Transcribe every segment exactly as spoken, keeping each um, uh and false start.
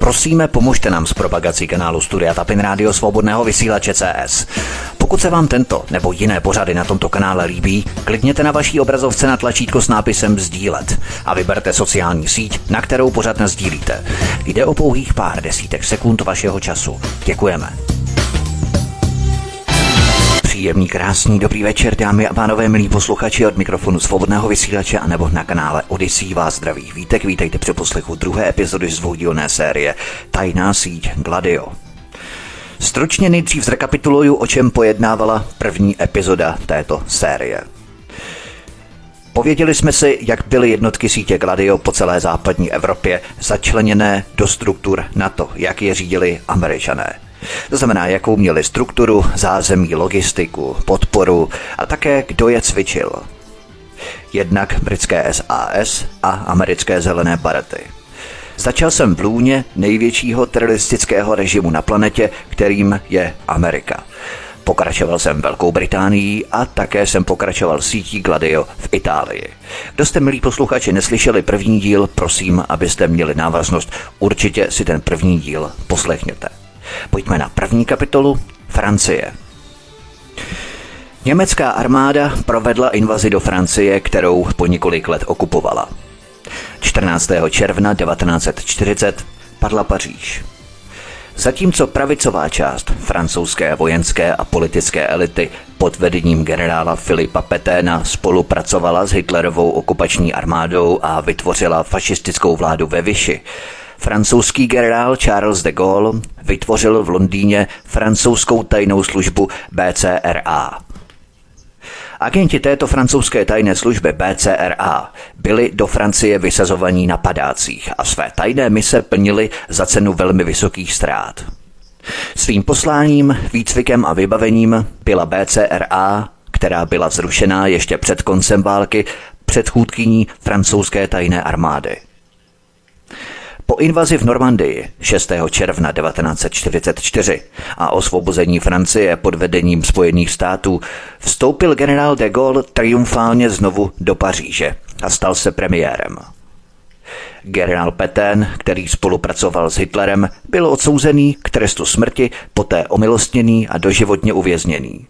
Prosíme, pomožte nám s propagací kanálu Studia Tapin Rádio Svobodného vysílače C S. Pokud se vám tento nebo jiné pořady na tomto kanále líbí, klikněte na vaší obrazovce na tlačítko s nápisem sdílet a vyberte sociální síť, na kterou pořad nasdílíte. Jde o pouhých pár desítek sekund vašeho času. Děkujeme. Příjemný, krásný, dobrý večer, dámy a pánové, milí posluchači, od mikrofonu Svobodného vysílače a nebo na kanále Odyssey vás zdraví Vítek. Vítejte při poslechu druhé epizody z dvoudílné série Tajná síť Gladio. Stručně nejdřív zrekapituluju, o čem pojednávala první epizoda této série. Pověděli jsme si, jak byly jednotky sítě Gladio po celé západní Evropě začleněné do struktur NATO, jak je řídili Američané. To znamená, jakou měli strukturu, zázemí, logistiku, podporu a také kdo je cvičil. Jednak britské S A S a americké zelené barety. Začal jsem v lůně největšího teroristického režimu na planetě, kterým je Amerika. Pokračoval jsem Velkou Británií a také jsem pokračoval sítí Gladio v Itálii. Kdo jste, milí posluchači, neslyšeli první díl, prosím, abyste měli návaznost, určitě si ten první díl poslechněte. Pojďme na první kapitolu. Francie. Německá armáda provedla invazi do Francie, kterou po několik let okupovala. čtrnáctého června devatenáct set čtyřicet padla Paříž. Zatímco pravicová část francouzské vojenské a politické elity pod vedením generála Filipa Pétaina spolupracovala s Hitlerovou okupační armádou a vytvořila fašistickou vládu ve Vichy, francouzský generál Charles de Gaulle vytvořil v Londýně francouzskou tajnou službu B C R A. Agenti této francouzské tajné služby B C R A byli do Francie vysazovaní na padácích a své tajné mise plnili za cenu velmi vysokých ztrát. Svým posláním, výcvikem a vybavením byla B C R A, která byla zrušená ještě před koncem války, předchůdkyní francouzské tajné armády. Po invazi v Normandii šestého června devatenáct set čtyřicet čtyři a osvobození Francie pod vedením Spojených států vstoupil generál de Gaulle triumfálně znovu do Paříže a stal se premiérem. Generál Pétain, který spolupracoval s Hitlerem, byl odsouzený k trestu smrti, poté omilostněný a doživotně uvězněný.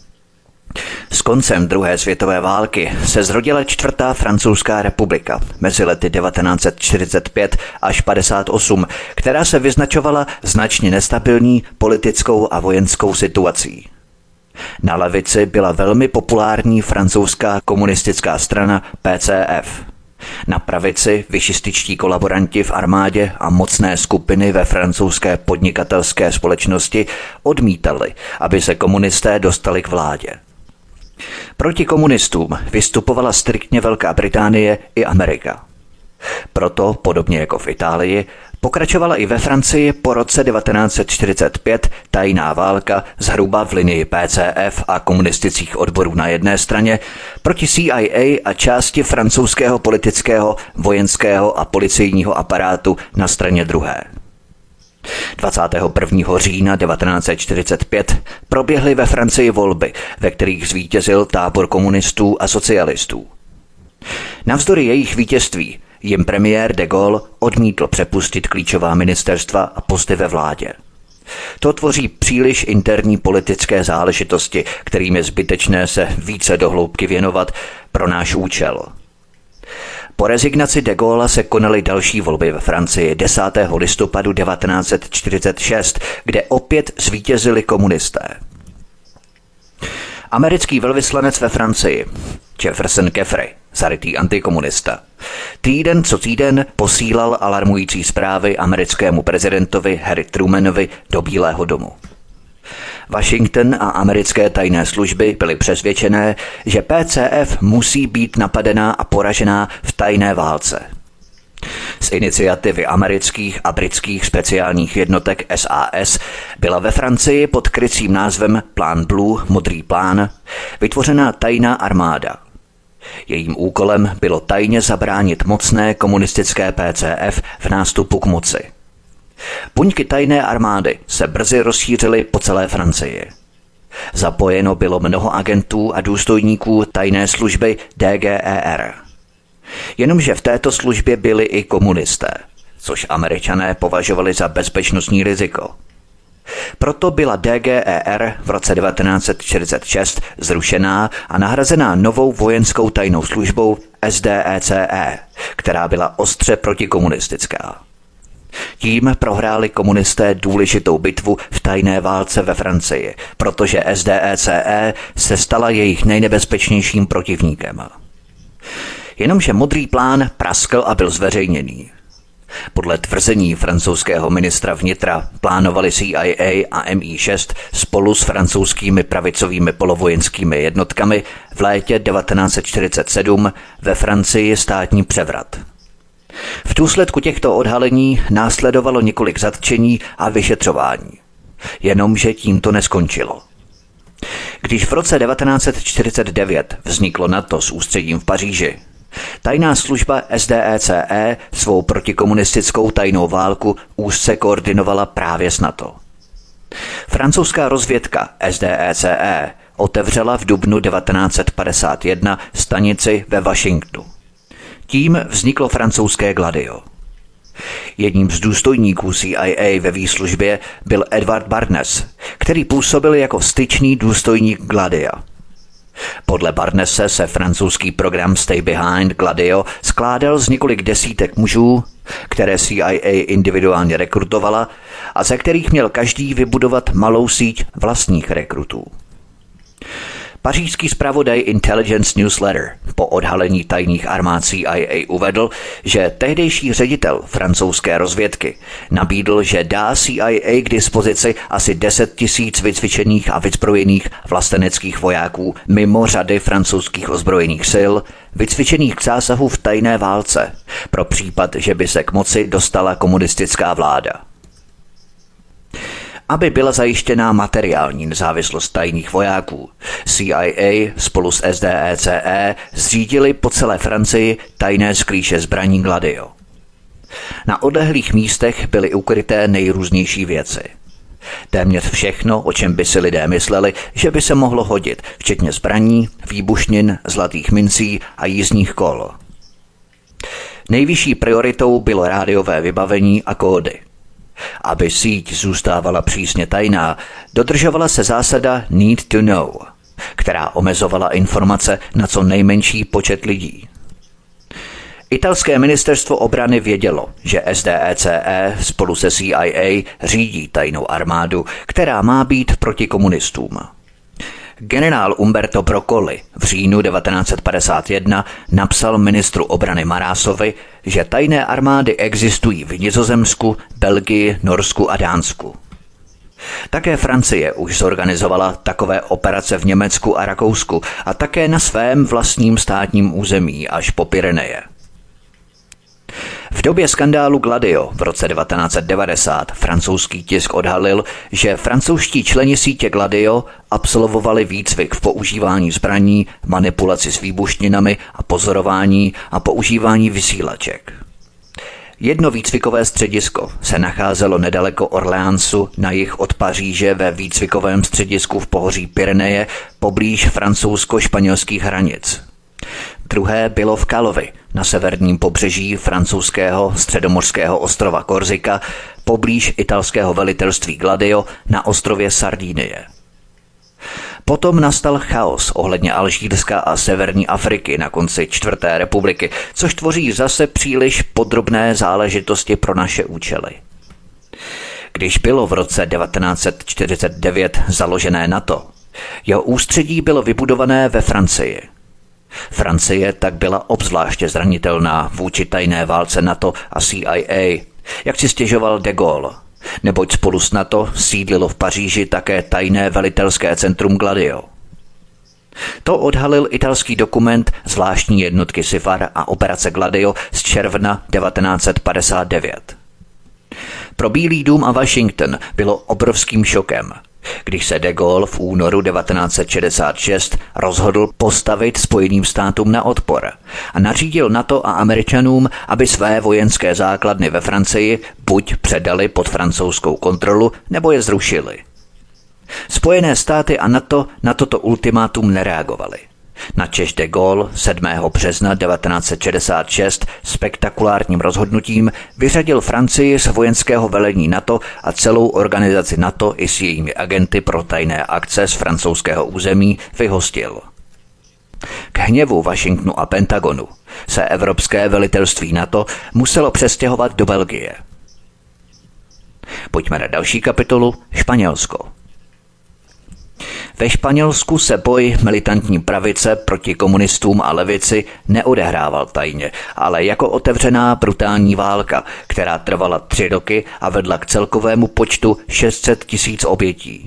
S koncem druhé světové války se zrodila čtvrtá francouzská republika mezi lety devatenáct set čtyřicet pět až padesát osm, která se vyznačovala značně nestabilní politickou a vojenskou situací. Na levici byla velmi populární francouzská komunistická strana P C F. Na pravici višističtí kolaboranti v armádě a mocné skupiny ve francouzské podnikatelské společnosti odmítali, aby se komunisté dostali k vládě. Proti komunistům vystupovala striktně Velká Británie i Amerika. Proto, podobně jako v Itálii, pokračovala i ve Francii po roce devatenáct set čtyřicet pět tajná válka zhruba v linii P C F a komunistických odborů na jedné straně proti C I A a části francouzského politického, vojenského a policejního aparátu na straně druhé. dvacátého prvního října devatenáct set čtyřicet pět proběhly ve Francii volby, ve kterých zvítězil tábor komunistů a socialistů. Navzdory jejich vítězství jim premiér de Gaulle odmítl přepustit klíčová ministerstva a posty ve vládě. To tvoří příliš interní politické záležitosti, kterým je zbytečné se více do hloubky věnovat pro náš účel. Po rezignaci de Gaulla se konaly další volby ve Francii desátého listopadu devatenáct set čtyřicet šest, kde opět zvítězili komunisté. Americký velvyslanec ve Francii, Jefferson Keffery, zarytý antikomunista, týden co týden posílal alarmující zprávy americkému prezidentovi Harry Trumanovi do Bílého domu. Washington a americké tajné služby byly přesvědčené, že P C F musí být napadená a poražená v tajné válce. Z iniciativy amerických a britských speciálních jednotek S A S byla ve Francii pod krycím názvem Plán Blue, modrý plán, vytvořena tajná armáda. Jejím úkolem bylo tajně zabránit mocné komunistické P C F v nástupu k moci. Buňky tajné armády se brzy rozšířily po celé Francii. Zapojeno bylo mnoho agentů a důstojníků tajné služby D G E R. Jenomže v této službě byli i komunisté, což Američané považovali za bezpečnostní riziko. Proto byla D G E R v roce devatenáct set čtyřicet šest zrušená a nahrazená novou vojenskou tajnou službou S D E C E, která byla ostře protikomunistická. Tím prohráli komunisté důležitou bitvu v tajné válce ve Francii, protože S D E C E se stala jejich nejnebezpečnějším protivníkem. Jenomže modrý plán praskl a byl zveřejněný. Podle tvrzení francouzského ministra vnitra plánovali C I A a M I šest spolu s francouzskými pravicovými polovojenskými jednotkami v létě devatenáct set čtyřicet sedm ve Francii státní převrat. V důsledku těchto odhalení následovalo několik zatčení a vyšetřování. Jenomže tím to neskončilo. Když v roce devatenáct set čtyřicet devět vzniklo NATO s ústředím v Paříži, tajná služba S D E C E svou protikomunistickou tajnou válku úzce koordinovala právě s NATO. Francouzská rozvědka S D E C E otevřela v dubnu devatenáct set padesát jedna stanici ve Washingtonu. Tím vzniklo francouzské Gladio. Jedním z důstojníků C I A ve výslužbě byl Edward Barnes, který působil jako styčný důstojník Gladia. Podle Barnese se francouzský program Stay Behind Gladio skládal z několik desítek mužů, které C I A individuálně rekrutovala a ze kterých měl každý vybudovat malou síť vlastních rekrutů. Pařížský zpravodaj Intelligence Newsletter po odhalení tajných armád C I A uvedl, že tehdejší ředitel francouzské rozvědky nabídl, že dá C I A k dispozici asi deset tisíc vycvičených a vyzbrojených vlasteneckých vojáků mimo řady francouzských ozbrojených sil, vycvičených k zásahu v tajné válce, pro případ, že by se k moci dostala komunistická vláda. Aby byla zajištěná materiální nezávislost tajných vojáků, C I A spolu s S D E C E zřídili po celé Francii tajné sklíše zbraní Gladio. Na odlehlých místech byly ukryté nejrůznější věci. Téměř všechno, o čem by si lidé mysleli, že by se mohlo hodit, včetně zbraní, výbušnin, zlatých mincí a jízdních kol. Nejvyšší prioritou bylo rádiové vybavení a kódy. Aby síť zůstávala přísně tajná, dodržovala se zásada need to know, která omezovala informace na co nejmenší počet lidí. Italské ministerstvo obrany vědělo, že S D E C E spolu se C I A řídí tajnou armádu, která má být proti komunistům. Generál Umberto Broccoli v říjnu devatenáct set padesát jedna napsal ministru obrany Marásovi, že tajné armády existují v Nizozemsku, Belgii, Norsku a Dánsku. Také Francie už zorganizovala takové operace v Německu a Rakousku a také na svém vlastním státním území až po Pyreneje. V době skandálu Gladio v roce devatenáct set devadesát francouzský tisk odhalil, že francouzští členi sítě Gladio absolvovali výcvik v používání zbraní, manipulaci s výbušninami a pozorování a používání vysílaček. Jedno výcvikové středisko se nacházelo nedaleko Orléansu na jih od Paříže ve výcvikovém středisku v pohoří Pyreneje poblíž francouzsko-španělských hranic. Druhé bylo v Kalovi, na severním pobřeží francouzského středomořského ostrova Korsika, poblíž italského velitelství Gladio na ostrově Sardinie. Potom nastal chaos ohledně Alžírska a severní Afriky na konci čtvrté republiky, což tvoří zase příliš podrobné záležitosti pro naše účely. Když bylo v roce devatenáct set čtyřicet devět založené NATO, jeho ústředí bylo vybudované ve Francii. Francie tak byla obzvláště zranitelná vůči tajné válce NATO a C I A, jak si stěžoval de Gaulle, neboť spolu s NATO sídlilo v Paříži také tajné velitelské centrum Gladio. To odhalil italský dokument zvláštní jednotky SIFAR a operace Gladio z června devatenáct set padesát devět. Pro Bílý dům a Washington bylo obrovským šokem, když se de Gaulle v únoru devatenáct set šedesát šest rozhodl postavit Spojeným státům na odpor a nařídil NATO a Američanům, aby své vojenské základny ve Francii buď předali pod francouzskou kontrolu, nebo je zrušili. Spojené státy a NATO na toto ultimátum nereagovaly. Načež de Gaulle sedmého března devatenáct set šedesát šest spektakulárním rozhodnutím vyřadil Francii z vojenského velení NATO a celou organizaci NATO i s jejími agenty pro tajné akce z francouzského území vyhostil. K hněvu Washingtonu a Pentagonu se evropské velitelství NATO muselo přestěhovat do Belgie. Pojďme na další kapitolu Španělsko. Ve Španělsku se boj militantní pravice proti komunistům a levici neodehrával tajně, ale jako otevřená brutální válka, která trvala tři roky a vedla k celkovému počtu šest set tisíc obětí.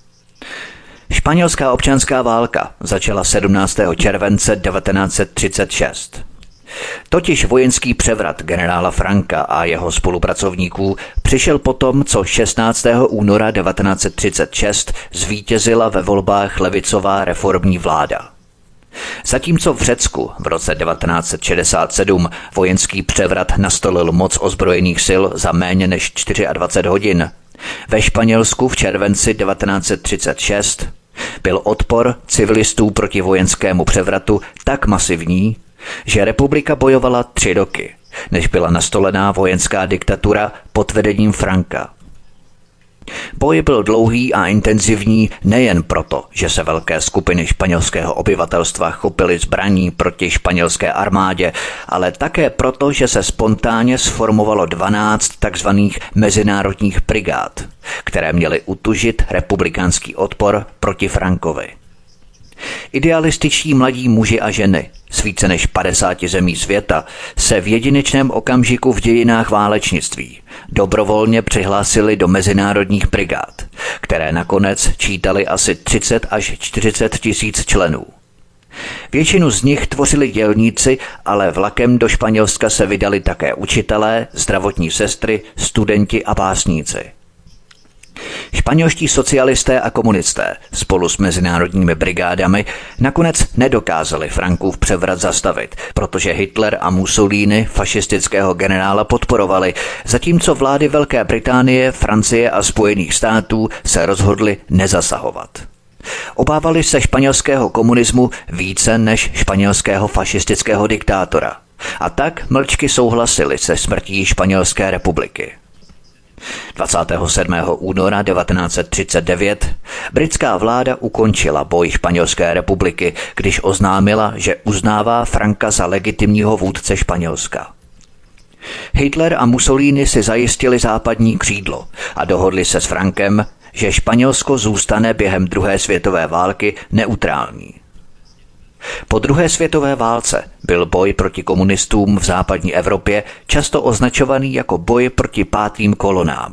Španělská občanská válka začala sedmnáctého července devatenáct set třicet šest. Totiž vojenský převrat generála Franka a jeho spolupracovníků přišel potom, co šestnáctého února devatenáct set třicet šest zvítězila ve volbách levicová reformní vláda. Zatímco v Řecku v roce devatenáct set šedesát sedm vojenský převrat nastolil moc ozbrojených sil za méně než dvacet čtyři hodin, ve Španělsku v červenci devatenáct set třicet šest byl odpor civilistů proti vojenskému převratu tak masivní, že republika bojovala tři roky, než byla nastolená vojenská diktatura pod vedením Franka. Boj byl dlouhý a intenzivní nejen proto, že se velké skupiny španělského obyvatelstva chopily zbraní proti španělské armádě, ale také proto, že se spontánně sformovalo dvanáct takzvaných mezinárodních brigád, které měly utužit republikánský odpor proti Frankovi. Idealističtí mladí muži a ženy z více než padesáti zemí světa se v jedinečném okamžiku v dějinách válečnictví dobrovolně přihlásili do mezinárodních brigád, které nakonec čítaly asi třicet až čtyřicet tisíc členů. Většinu z nich tvořili dělníci, ale vlakem do Španělska se vydali také učitelé, zdravotní sestry, studenti a básníci. Španělští socialisté a komunisté spolu s mezinárodními brigádami nakonec nedokázali Frankův převrat zastavit, protože Hitler a Mussolini fašistického generála podporovali, zatímco vlády Velké Británie, Francie a Spojených států se rozhodly nezasahovat. Obávali se španělského komunismu více než španělského fašistického diktátora a tak mlčky souhlasili se smrtí Španělské republiky. dvacátého sedmého února devatenáct set třicet devět britská vláda ukončila boj Španělské republiky, když oznámila, že uznává Franka za legitimního vůdce Španělska. Hitler a Mussolini si zajistili západní křídlo a dohodli se s Frankem, že Španělsko zůstane během druhé světové války neutrální. Po druhé světové válce byl boj proti komunistům v západní Evropě často označovaný jako boj proti pátým kolonám.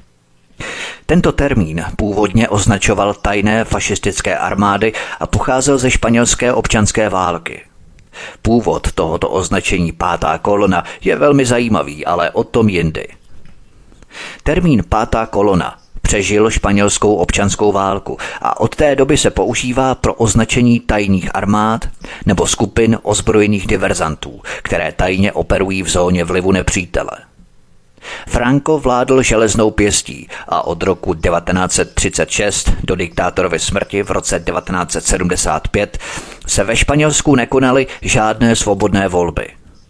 Tento termín původně označoval tajné fašistické armády a pocházel ze španělské občanské války. Původ tohoto označení pátá kolona je velmi zajímavý, ale o tom jindy. Termín pátá kolona přežil španělskou občanskou válku a od té doby se používá pro označení tajných armád nebo skupin ozbrojených diverzantů, které tajně operují v zóně vlivu nepřítele. Franco vládl železnou pěstí a od roku devatenáct set třicet šest do diktátorovy smrti v roce devatenáct set sedmdesát pět se ve Španělsku nekonaly žádné svobodné volby.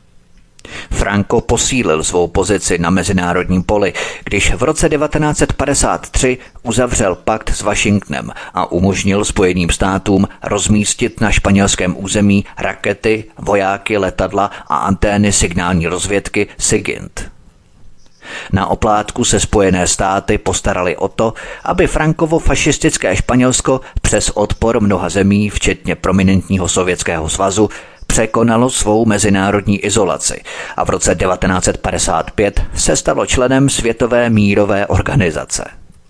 Franco posílil svou pozici na mezinárodním poli, když v roce devatenáct set padesát tři uzavřel pakt s Washingtonem a umožnil Spojeným státům rozmístit na španělském území rakety, vojáky, letadla a antény signální rozvědky SIGINT. Na oplátku se Spojené státy postarali o to, aby Frankovo fašistické Španělsko přes odpor mnoha zemí, včetně prominentního Sovětského svazu, překonalo svou mezinárodní izolaci a v roce devatenáct set padesát pět se stalo členem Světové mírové organizace.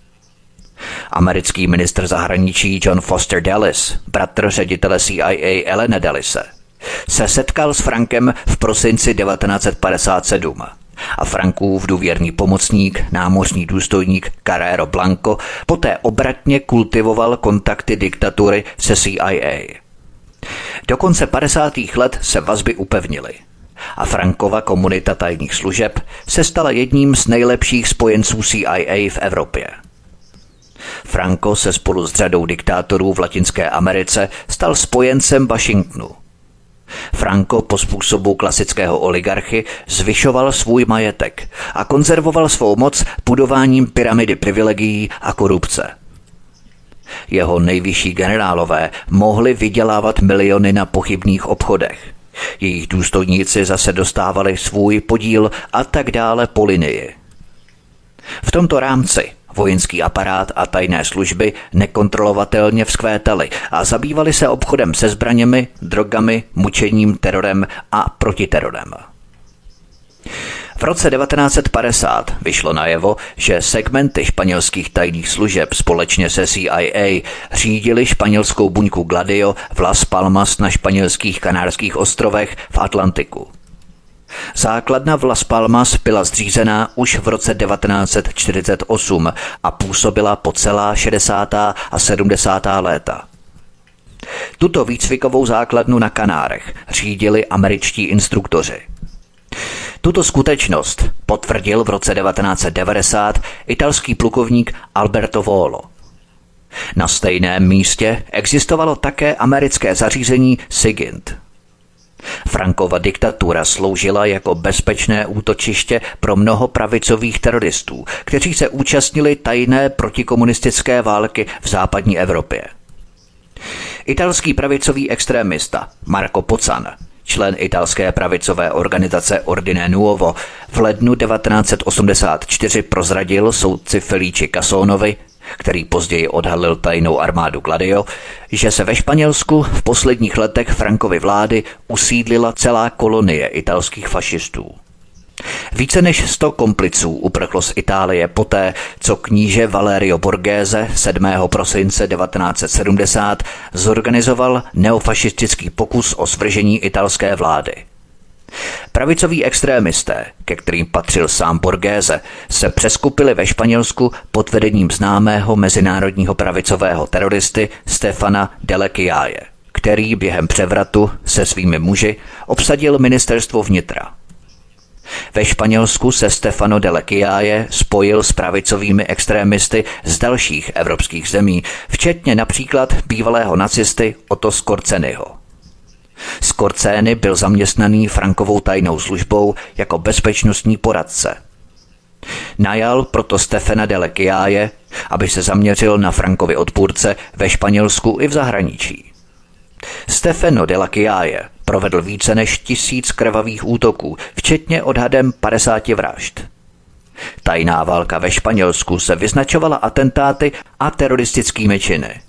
Americký ministr zahraničí John Foster Dulles, bratr ředitele C I A Allena Dullese, se setkal s Frankem v prosinci devatenáct set padesát sedm a Frankův důvěrný pomocník, námořní důstojník Carrero Blanco poté obratně kultivoval kontakty diktatury se C I A. Do konce padesátých let se vazby upevnily a Frankova komunita tajných služeb se stala jedním z nejlepších spojenců C I A v Evropě. Franco se spolu s řadou diktátorů v Latinské Americe stal spojencem Washingtonu. Franco po způsobu klasického oligarchy zvyšoval svůj majetek a konzervoval svou moc budováním pyramidy privilegií a korupce. Jeho nejvyšší generálové mohli vydělávat miliony na pochybných obchodech. Jejich důstojníci zase dostávali svůj podíl a tak dále po linii. V tomto rámci vojenský aparát a tajné služby nekontrolovatelně vzkvétaly a zabývali se obchodem se zbraněmi, drogami, mučením, terorem a protiterorem. V roce devatenáct padesát vyšlo najevo, že segmenty španělských tajných služeb společně se C I A řídili španělskou buňku Gladio v Las Palmas na španělských Kanárských ostrovech v Atlantiku. Základna v Las Palmas byla zřízená už v roce devatenáct čtyřicet osm a působila po celá šedesátá a sedmdesátá léta. Tuto výcvikovou základnu na Kanárech řídili američtí instruktoři. Tuto skutečnost potvrdil v roce devatenáct devadesát italský plukovník Alberto Volo. Na stejném místě existovalo také americké zařízení SIGINT. Frankova diktatura sloužila jako bezpečné útočiště pro mnoho pravicových teroristů, kteří se účastnili tajné protikomunistické války v západní Evropě. Italský pravicový extrémista Marco Pozzan, člen italské pravicové organizace Ordine Nuovo, v lednu devatenáct osmdesát čtyři prozradil soudci Felici Casonovi, který později odhalil tajnou armádu Gladio, že se ve Španělsku v posledních letech Frankovy vlády usídlila celá kolonie italských fašistů. Více než sto kompliců uprchlo z Itálie poté, co kníže Valerio Borghese sedmého prosince devatenáct sedmdesát zorganizoval neofašistický pokus o svržení italské vlády. Pravicoví extrémisté, ke kterým patřil sám Borghese, se přeskupili ve Španělsku pod vedením známého mezinárodního pravicového teroristy Stefana Delle Chiaie, který během převratu se svými muži obsadil ministerstvo vnitra. Ve Španělsku se Stefano Delle Chiaie spojil s pravicovými extrémisty z dalších evropských zemí, včetně například bývalého nacisty Otto Scorzeniho. Scorzeni byl zaměstnaný Frankovou tajnou službou jako bezpečnostní poradce. Najal proto Stefana Delle Chiaie, aby se zaměřil na Frankovy odpůrce ve Španělsku i v zahraničí. Stefano Delle Chiaie provedl více než tisíc krvavých útoků, včetně odhadem padesáti vražd. Tajná válka ve Španělsku se vyznačovala atentáty a teroristickými činy.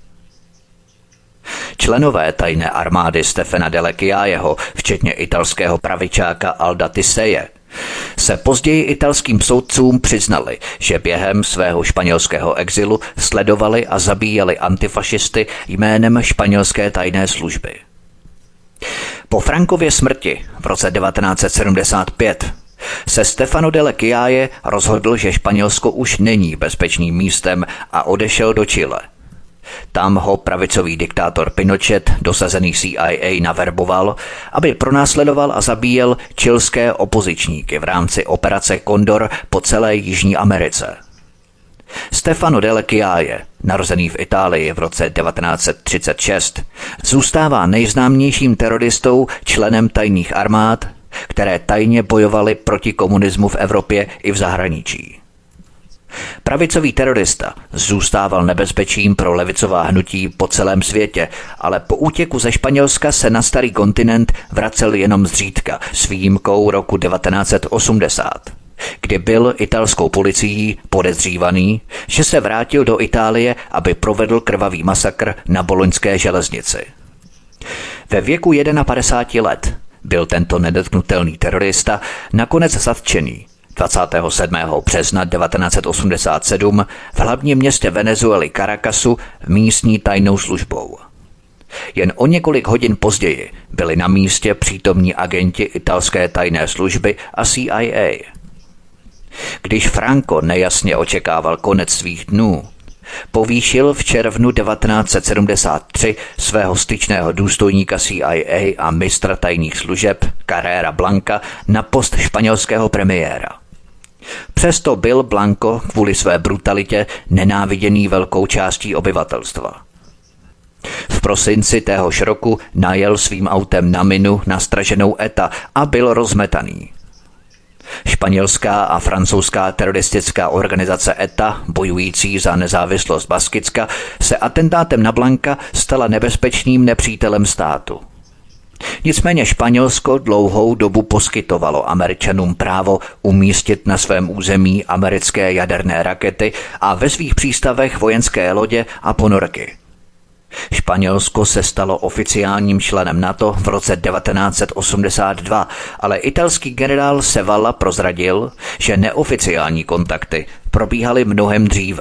Členové tajné armády Stefana Delle Chiaieho, včetně italského pravičáka Alda Tisseje, se později italským soudcům přiznali, že během svého španělského exilu sledovali a zabíjeli antifašisty jménem španělské tajné služby. Po Frankově smrti v roce devatenáct sedmdesát pět se Stefano Delle Chiaie rozhodl, že Španělsko už není bezpečným místem a odešel do Chile. Tam ho pravicový diktátor Pinochet, dosazený C I A, naverboval, aby pronásledoval a zabíjel chilské opozičníky v rámci operace Condor po celé Jižní Americe. Stefano Delle Chiaie, narozený v Itálii v roce devatenáct třicet šest, zůstává nejznámějším teroristou, členem tajných armád, které tajně bojovaly proti komunismu v Evropě i v zahraničí. Pravicový terorista zůstával nebezpečím pro levicová hnutí po celém světě, ale po útěku ze Španělska se na starý kontinent vracel jenom zřídka, s výjimkou roku devatenáct osmdesát, kdy byl italskou policií podezřívaný, že se vrátil do Itálie, aby provedl krvavý masakr na boloňské železnici. Ve věku padesáti jedna let byl tento nedotknutelný terorista nakonec zatčený dvacátého sedmého března devatenáct osmdesát sedm v hlavním městě Venezuely Caracasu místní tajnou službou. Jen o několik hodin později byli na místě přítomní agenti italské tajné služby a C I A. Když Franco nejasně očekával konec svých dnů, povýšil v červnu devatenáct sedmdesát tři svého styčného důstojníka C I A a mistra tajných služeb Carrera Blanca na post španělského premiéra. Přesto byl Blanco kvůli své brutalitě nenáviděný velkou částí obyvatelstva. V prosinci téhož roku najel svým autem na minu nastraženou E T A a byl rozmetaný. Španělská a francouzská teroristická organizace E T A, bojující za nezávislost Baskicka, se atentátem na Blanca stala nebezpečným nepřítelem státu. Nicméně Španělsko dlouhou dobu poskytovalo Američanům právo umístit na svém území americké jaderné rakety a ve svých přístavech vojenské lodě a ponorky. Španělsko se stalo oficiálním členem NATO v roce devatenáct set osmdesát dva, ale italský generál Sevalla prozradil, že neoficiální kontakty probíhaly mnohem dříve.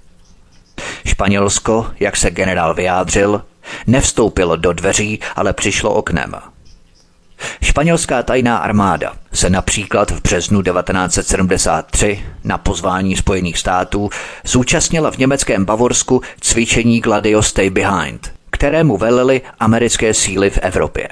Španělsko, jak se generál vyjádřil, nevstoupilo do dveří, ale přišlo oknem. Španělská tajná armáda se například v březnu devatenáct set sedmdesát tři na pozvání Spojených států zúčastnila v německém Bavorsku cvičení Gladio Stay Behind, kterému velely americké síly v Evropě.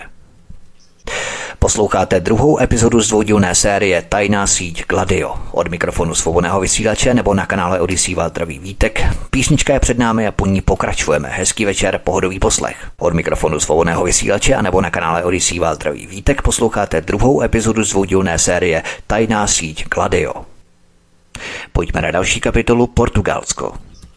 Posloucháte druhou epizodu z dvoudílné série Tajná síť Gladio. Od mikrofonu Svobodného vysílače nebo na kanále Odyssey vás zdraví Vítek. Písnička je před námi a po ní pokračujeme. Hezký večer, pohodový poslech. Od mikrofonu Svobodného vysílače a nebo na kanále Odyssey vás zdraví Vítek. Posloucháte druhou epizodu z dvoudílné série Tajná síť Gladio. Pojďme na další kapitolu Portugalsko.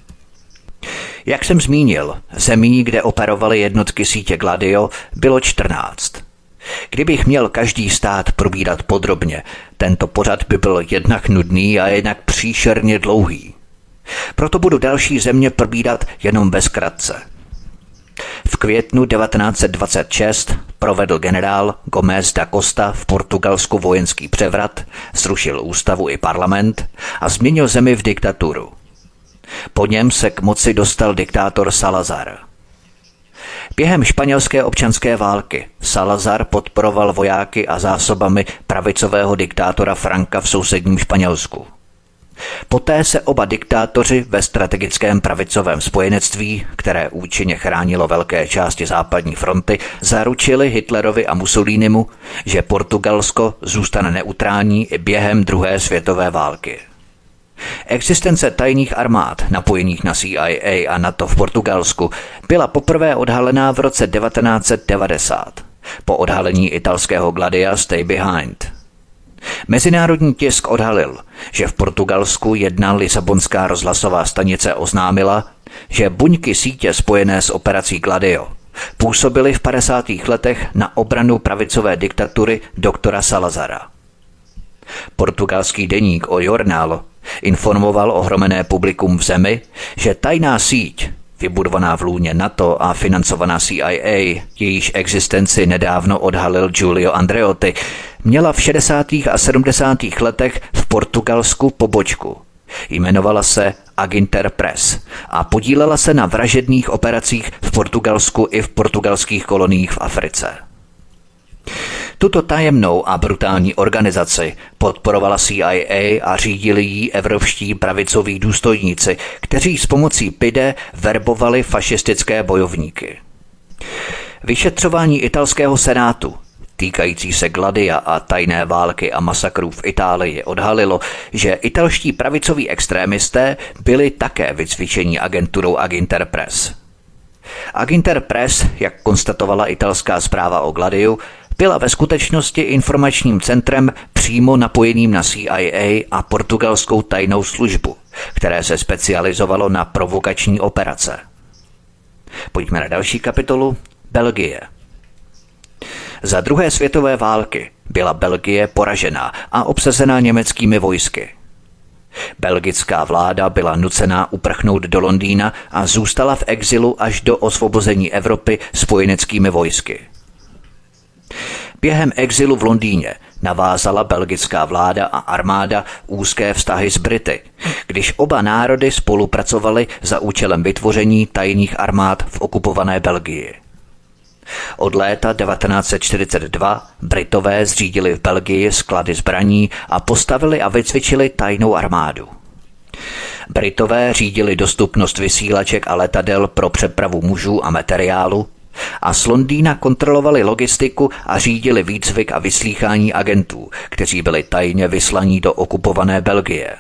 Jak jsem zmínil, zemí, kde operovaly jednotky sítě Gladio, bylo čtrnáct. Kdybych měl každý stát probírat podrobně, tento pořad by byl jednak nudný a jednak příšerně dlouhý. Proto budu další země probírat jenom ve zkratce. V květnu devatenáct set dvacet šest provedl generál Gomes da Costa v Portugalsku vojenský převrat, zrušil ústavu i parlament a změnil zemi v diktaturu. Po něm se k moci dostal diktátor Salazar. Během španělské občanské války Salazar podporoval vojáky a zásobami pravicového diktátora Franka v sousedním Španělsku. Poté se oba diktátoři ve strategickém pravicovém spojenectví, které účinně chránilo velké části západní fronty, zaručili Hitlerovi a Mussolinimu, že Portugalsko zůstane neutrální i během druhé světové války. Existence tajných armád napojených na C I A a NATO v Portugalsku byla poprvé odhalená v roce devatenáct set devadesát po odhalení italského Gladia Stay Behind. Mezinárodní tisk odhalil, že v Portugalsku jedna lisabonská rozhlasová stanice oznámila, že buňky sítě spojené s operací Gladio působily v padesátých letech na obranu pravicové diktatury doktora Salazara. Portugalský deník O Jornal informoval ohromené publikum v zemi, že tajná síť, vybudovaná v lůně NATO a financovaná C I A, jejíž existenci nedávno odhalil Giulio Andreotti, měla v šedesátých a sedmdesátých letech v Portugalsku pobočku. Jmenovala se Aginter Press a podílela se na vražedných operacích v Portugalsku i v portugalských koloniích v Africe. Tuto tajemnou a brutální organizaci podporovala C I A a řídili ji evropští pravicoví důstojníci, kteří s pomocí P I D E verbovali fašistické bojovníky. Vyšetřování italského senátu týkající se Gladia a tajné války a masakrů v Itálii odhalilo, že italští pravicoví extrémisté byli také vycvičeni agenturou Aginter Press. Aginter Press, jak konstatovala italská zpráva o Gladiu, byla ve skutečnosti informačním centrem přímo napojeným na C I A a portugalskou tajnou službu, které se specializovalo na provokační operace. Pojďme na další kapitolu. Belgie. Za druhé světové války byla Belgie poražená a obsazená německými vojsky. Belgická vláda byla nucená uprchnout do Londýna a zůstala v exilu až do osvobození Evropy spojeneckými vojsky. Během exilu v Londýně navázala belgická vláda a armáda úzké vztahy s Brity, když oba národy spolupracovaly za účelem vytvoření tajných armád v okupované Belgii. Od léta devatenáct set čtyřicet dva Britové zřídili v Belgii sklady zbraní a postavili a vycvičili tajnou armádu. Britové řídili dostupnost vysílaček a letadel pro přepravu mužů a materiálu, a z Londýna kontrolovali logistiku a řídili výcvik a vyslýchání agentů, kteří byli tajně vyslaní do okupované Belgie.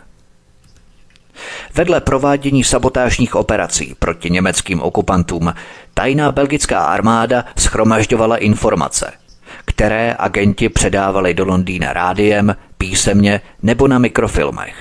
Vedle provádění sabotážních operací proti německým okupantům tajná belgická armáda shromažďovala informace, které agenti předávali do Londýna rádiem, písemně nebo na mikrofilmech.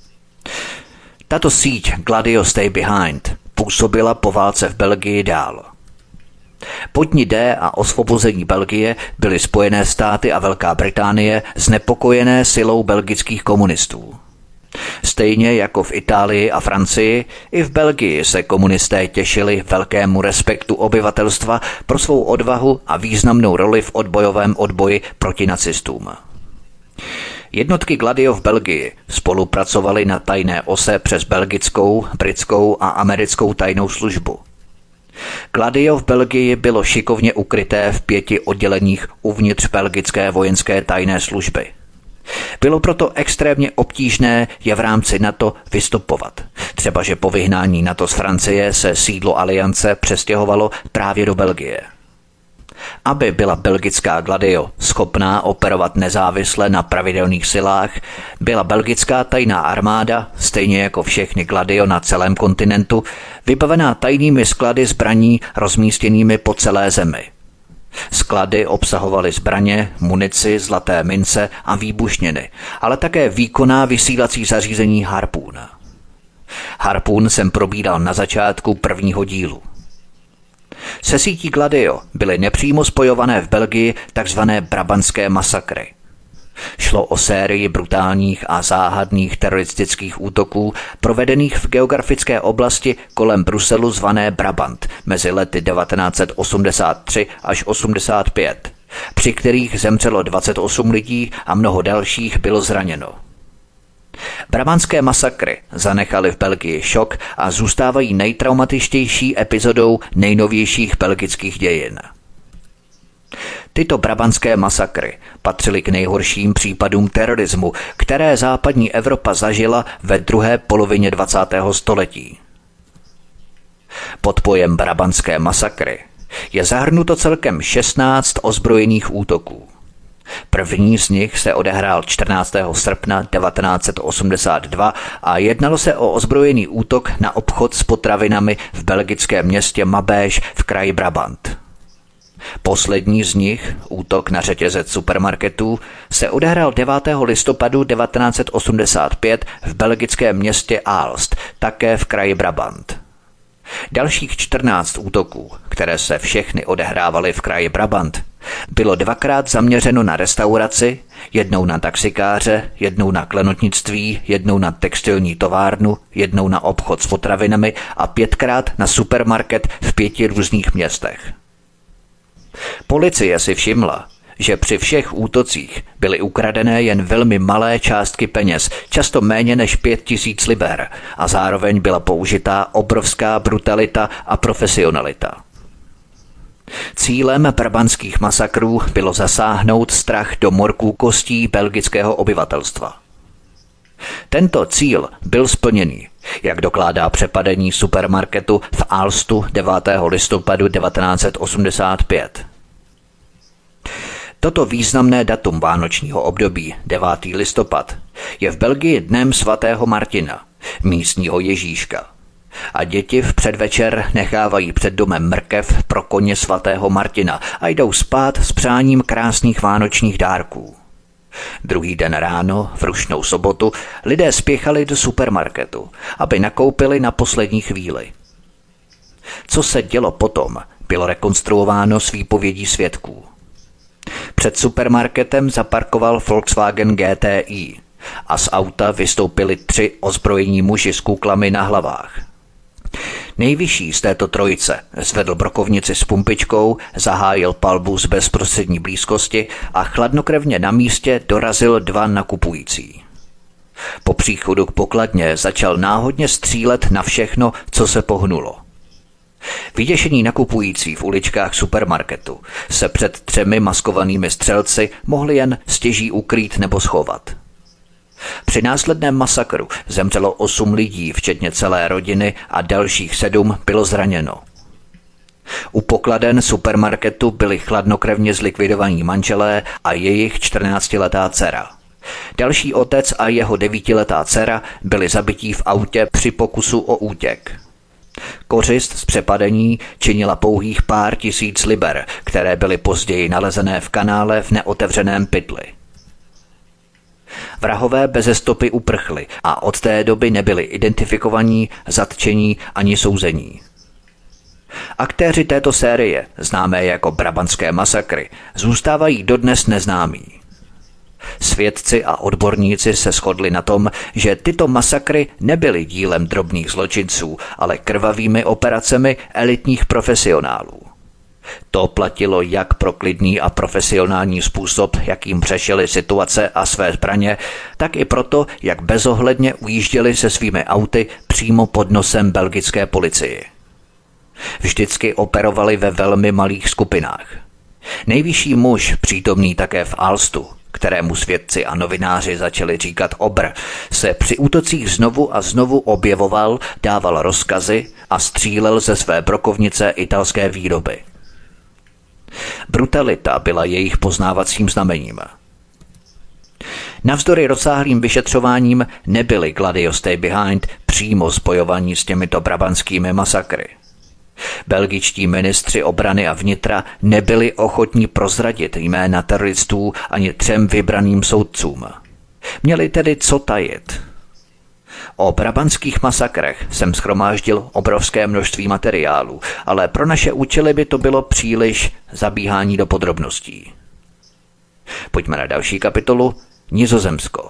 Tato síť Gladio Stay Behind působila po válce v Belgii dál. Po dni D a osvobození Belgie byly Spojené státy a Velká Británie znepokojené silou belgických komunistů. Stejně jako v Itálii a Francii, i v Belgii se komunisté těšili velkému respektu obyvatelstva pro svou odvahu a významnou roli v odbojovém odboji proti nacistům. Jednotky Gladio v Belgii spolupracovaly na tajné ose přes belgickou, britskou a americkou tajnou službu. Gladio v Belgii bylo šikovně ukryté v pěti odděleních uvnitř belgické vojenské tajné služby. Bylo proto extrémně obtížné je v rámci NATO vystupovat. Třeba že po vyhnání NATO z Francie se sídlo aliance přestěhovalo právě do Belgie. Aby byla belgická Gladio schopná operovat nezávisle na pravidelných silách, byla belgická tajná armáda, stejně jako všechny Gladio na celém kontinentu, vybavená tajnými sklady zbraní rozmístěnými po celé zemi. Sklady obsahovaly zbraně, munici, zlaté mince a výbušniny, ale také výkonná vysílací zařízení Harpoon. Harpoon jsem probíral na začátku prvního dílu. Se sítí Gladio byly nepřímo spojované v Belgii takzvané brabantské masakry. Šlo o sérii brutálních a záhadných teroristických útoků provedených v geografické oblasti kolem Bruselu zvané Brabant mezi lety devatenáct set osmdesát tři až osmdesát pět, při kterých zemřelo dvacet osm lidí a mnoho dalších bylo zraněno. Brabantské masakry zanechaly v Belgii šok a zůstávají nejtraumatičtější epizodou nejnovějších belgických dějin. Tyto brabantské masakry patřily k nejhorším případům terorismu, které západní Evropa zažila ve druhé polovině dvacátého století. Pod pojem brabantské masakry je zahrnuto celkem šestnáct ozbrojených útoků. První z nich se odehrál čtrnáctého srpna devatenáct set osmdesát dva a jednalo se o ozbrojený útok na obchod s potravinami v belgickém městě Maubeuge v kraji Brabant. Poslední z nich, útok na řetězec supermarketů, se odehrál devátého listopadu devatenáct set osmdesát pět v belgickém městě Aalst, také v kraji Brabant. Dalších čtrnáct útoků, které se všechny odehrávaly v kraji Brabant, bylo dvakrát zaměřeno na restauraci, jednou na taxikáře, jednou na klenotnictví, jednou na textilní továrnu, jednou na obchod s potravinami a pětkrát na supermarket v pěti různých městech. Policie si všimla, že při všech útocích byly ukradené jen velmi malé částky peněz, často méně než pět tisíc liber, a zároveň byla použitá obrovská brutalita a profesionalita. Cílem brabantských masakrů bylo zasáhnout strach do morků kostí belgického obyvatelstva. Tento cíl byl splněný, jak dokládá přepadení supermarketu v Aalstu devátého listopadu devatenáct set osmdesát pět. Toto významné datum vánočního období, devátý listopad, je v Belgii dnem svatého Martina, místního Ježíška. A děti v předvečer nechávají před domem mrkev pro koně svatého Martina a jdou spát s přáním krásných vánočních dárků. Druhý den ráno, v rušnou sobotu, lidé spěchali do supermarketu, aby nakoupili na poslední chvíli. Co se dělo potom, bylo rekonstruováno s výpovědí svědků. Před supermarketem zaparkoval Volkswagen G T I a z auta vystoupili tři ozbrojení muži s kůklami na hlavách. Nejvyšší z této trojice zvedl brokovnici s pumpičkou, zahájil palbu z bezprostřední blízkosti a chladnokrevně na místě dorazil dva nakupující. Po příchodu k pokladně začal náhodně střílet na všechno, co se pohnulo. Vyděšení nakupující v uličkách supermarketu se před třemi maskovanými střelci mohli jen stěží ukrýt nebo schovat. Při následném masakru zemřelo osm lidí, včetně celé rodiny, a dalších sedm bylo zraněno. U pokladen supermarketu byli chladnokrevně zlikvidovaní manželé a jejich čtrnáctiletá dcera. Další otec a jeho devítiletá dcera byli zabití v autě při pokusu o útěk. Kořist z přepadení činila pouhých pár tisíc liber, které byly později nalezené v kanále v neotevřeném pytli. Vrahové beze stopy uprchli a od té doby nebyli identifikovaní, zatčení ani souzení. Aktéři této série, známé jako brabantské masakry, zůstávají dodnes neznámí. Svědci a odborníci se shodli na tom, že tyto masakry nebyly dílem drobných zločinců, ale krvavými operacemi elitních profesionálů. To platilo jak pro klidný a profesionální způsob, jakým řešili situace a své zbraně, tak i proto, jak bezohledně ujížděli se svými auty přímo pod nosem belgické policii. Vždycky operovali ve velmi malých skupinách. Nejvyšší muž, přítomný také v Alstu, kterému svědci a novináři začali říkat Obr, se při útocích znovu a znovu objevoval, dával rozkazy a střílel ze své brokovnice italské výroby. Brutalita byla jejich poznávacím znamením. Navzdory rozsáhlým vyšetřováním nebyli Gladio Stay Behind přímo spojovaní s těmito brabantskými masakry. Belgičtí ministři obrany a vnitra nebyli ochotní prozradit jména teroristů ani třem vybraným soudcům. Měli tedy co tajit. O brabantských masakrech jsem shromáždil obrovské množství materiálů, ale pro naše účely by to bylo příliš zabíhání do podrobností. Pojďme na další kapitolu. Nizozemsko.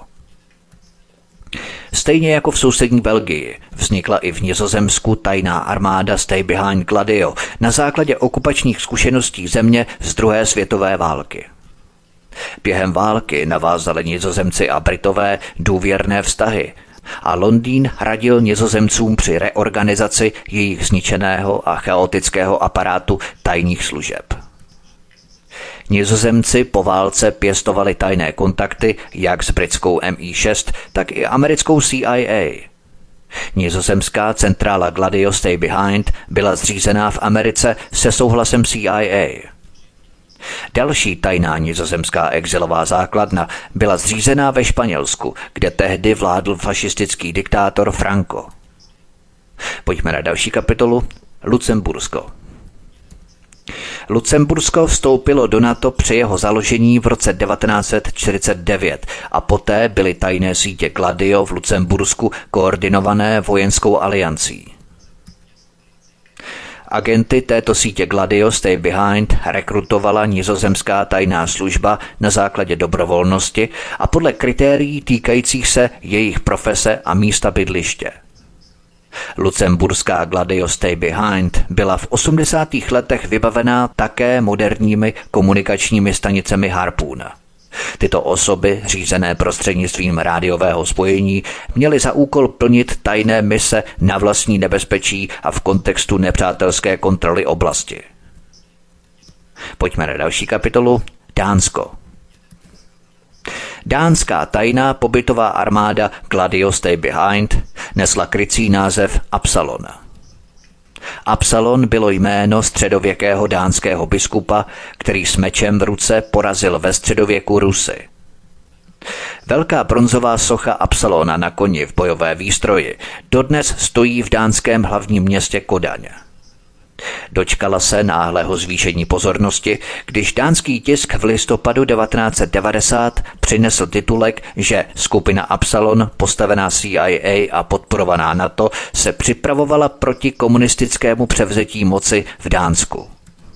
Stejně jako v sousední Belgii vznikla i v Nizozemsku tajná armáda Stay Behind Gladio na základě okupačních zkušeností země z druhé světové války. Během války navázali Nizozemci a Britové důvěrné vztahy a Londýn radil Nizozemcům při reorganizaci jejich zničeného a chaotického aparátu tajných služeb. Nizozemci po válce pěstovali tajné kontakty jak s britskou M I šest, tak i americkou C I A. Nizozemská centrála Gladio Stay Behind byla zřízená v Americe se souhlasem C I A. Další tajná nizozemská exilová základna byla zřízená ve Španělsku, kde tehdy vládl fašistický diktátor Franco. Pojďme na další kapitolu. Lucembursko. Lucembursko vstoupilo do NATO při jeho založení v roce devatenáct set čtyřicet devět a poté byly tajné sítě Gladio v Lucembursku koordinované vojenskou aliancí. Agenty této sítě Gladio Stay Behind rekrutovala nizozemská tajná služba na základě dobrovolnosti a podle kritérií týkajících se jejich profese a místa bydliště. Lucemburská Gladio Stay Behind byla v osmdesátých letech vybavená také moderními komunikačními stanicemi Harpoon. Tyto osoby, řízené prostřednictvím rádiového spojení, měly za úkol plnit tajné mise na vlastní nebezpečí a v kontextu nepřátelské kontroly oblasti. Pojďme na další kapitolu. Dánsko. Dánská tajná pobytová armáda Gladio Stay Behind nesla krycí název Absalon. Absalon bylo jméno středověkého dánského biskupa, který s mečem v ruce porazil ve středověku Rusy. Velká bronzová socha Absalona na koni v bojové výstroji dodnes stojí v dánském hlavním městě Kodaň. Dočkala se náhlého zvýšení pozornosti, když dánský tisk v listopadu devatenáct set devadesát přinesl titulek, že skupina Absalon, postavená C I A a podporovaná NATO, se připravovala proti komunistickému převzetí moci v Dánsku.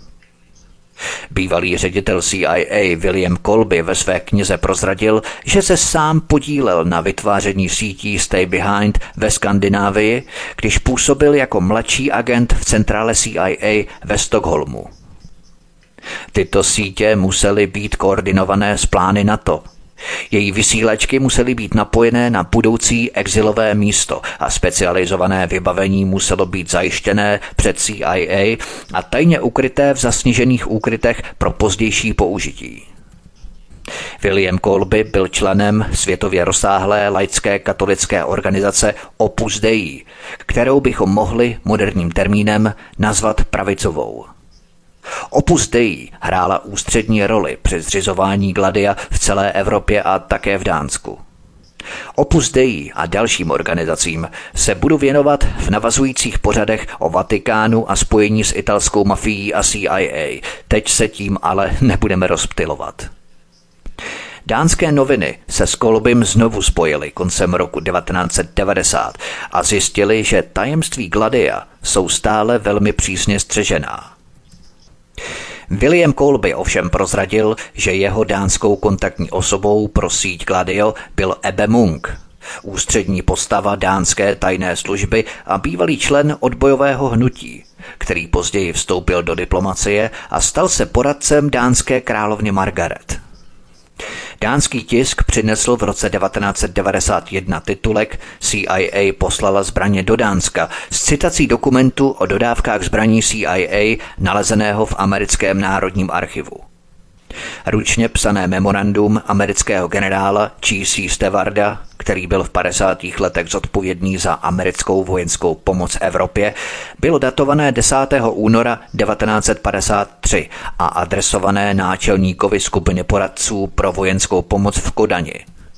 Bývalý ředitel C I A William Colby ve své knize prozradil, že se sám podílel na vytváření sítí Stay Behind ve Skandinávii, když působil jako mladší agent v centrále C I A ve Stockholmu. Tyto sítě musely být koordinované s plány NATO. Její vysílačky musely být napojené na budoucí exilové místo a specializované vybavení muselo být zajištěné před C I A a tajně ukryté v zasněžených úkrytech pro pozdější použití. William Colby byl členem světově rozsáhlé laické katolické organizace Opus Dei, kterou bychom mohli moderním termínem nazvat pravicovou. Opus Dei hrála ústřední roli při zřizování Gladia v celé Evropě a také v Dánsku. Opus Dei a dalším organizacím se budu věnovat v navazujících pořadech o Vatikánu a spojení s italskou mafií a C I A. Teď se tím ale nebudeme rozptylovat. Dánské noviny se s Kolbym znovu spojily koncem roku devatenáct set devadesát a zjistili, že tajemství Gladia jsou stále velmi přísně střežená. William Colby ovšem prozradil, že jeho dánskou kontaktní osobou pro síť Gladio byl Ebbe Munk, ústřední postava dánské tajné služby a bývalý člen odbojového hnutí, který později vstoupil do diplomacie a stal se poradcem dánské královny Margaret. Dánský tisk přinesl v roce devatenáct set devadesát jedna titulek C I A poslala zbraně do Dánska s citací dokumentu o dodávkách zbraní C I A nalezeného v americkém národním archivu. Ručně psané memorandum amerického generála G C Stewarda, který byl v padesátých letech zodpovědný za americkou vojenskou pomoc Evropě, bylo datované desátého února devatenáct set padesát tři a adresované náčelníkovi skupiny poradců pro vojenskou pomoc v Kodani.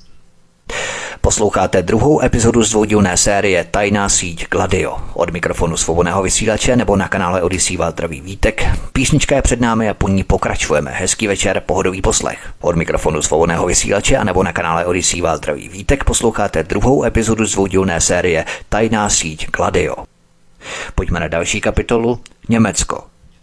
Posloucháte druhou epizodu z dvoudílné série Tajná síť Gladio. Od mikrofonu Svobodného vysílače nebo na kanále Odyssey vás zdraví Vítek. Písnička je před námi a po ní pokračujeme. Hezký večer, pohodový poslech. Od mikrofonu Svobodného vysílače a nebo na kanále Odyssey vás zdraví Vítek. Posloucháte druhou epizodu z dvoudílné série Tajná síť Gladio. Pojďme na další kapitolu. Německo.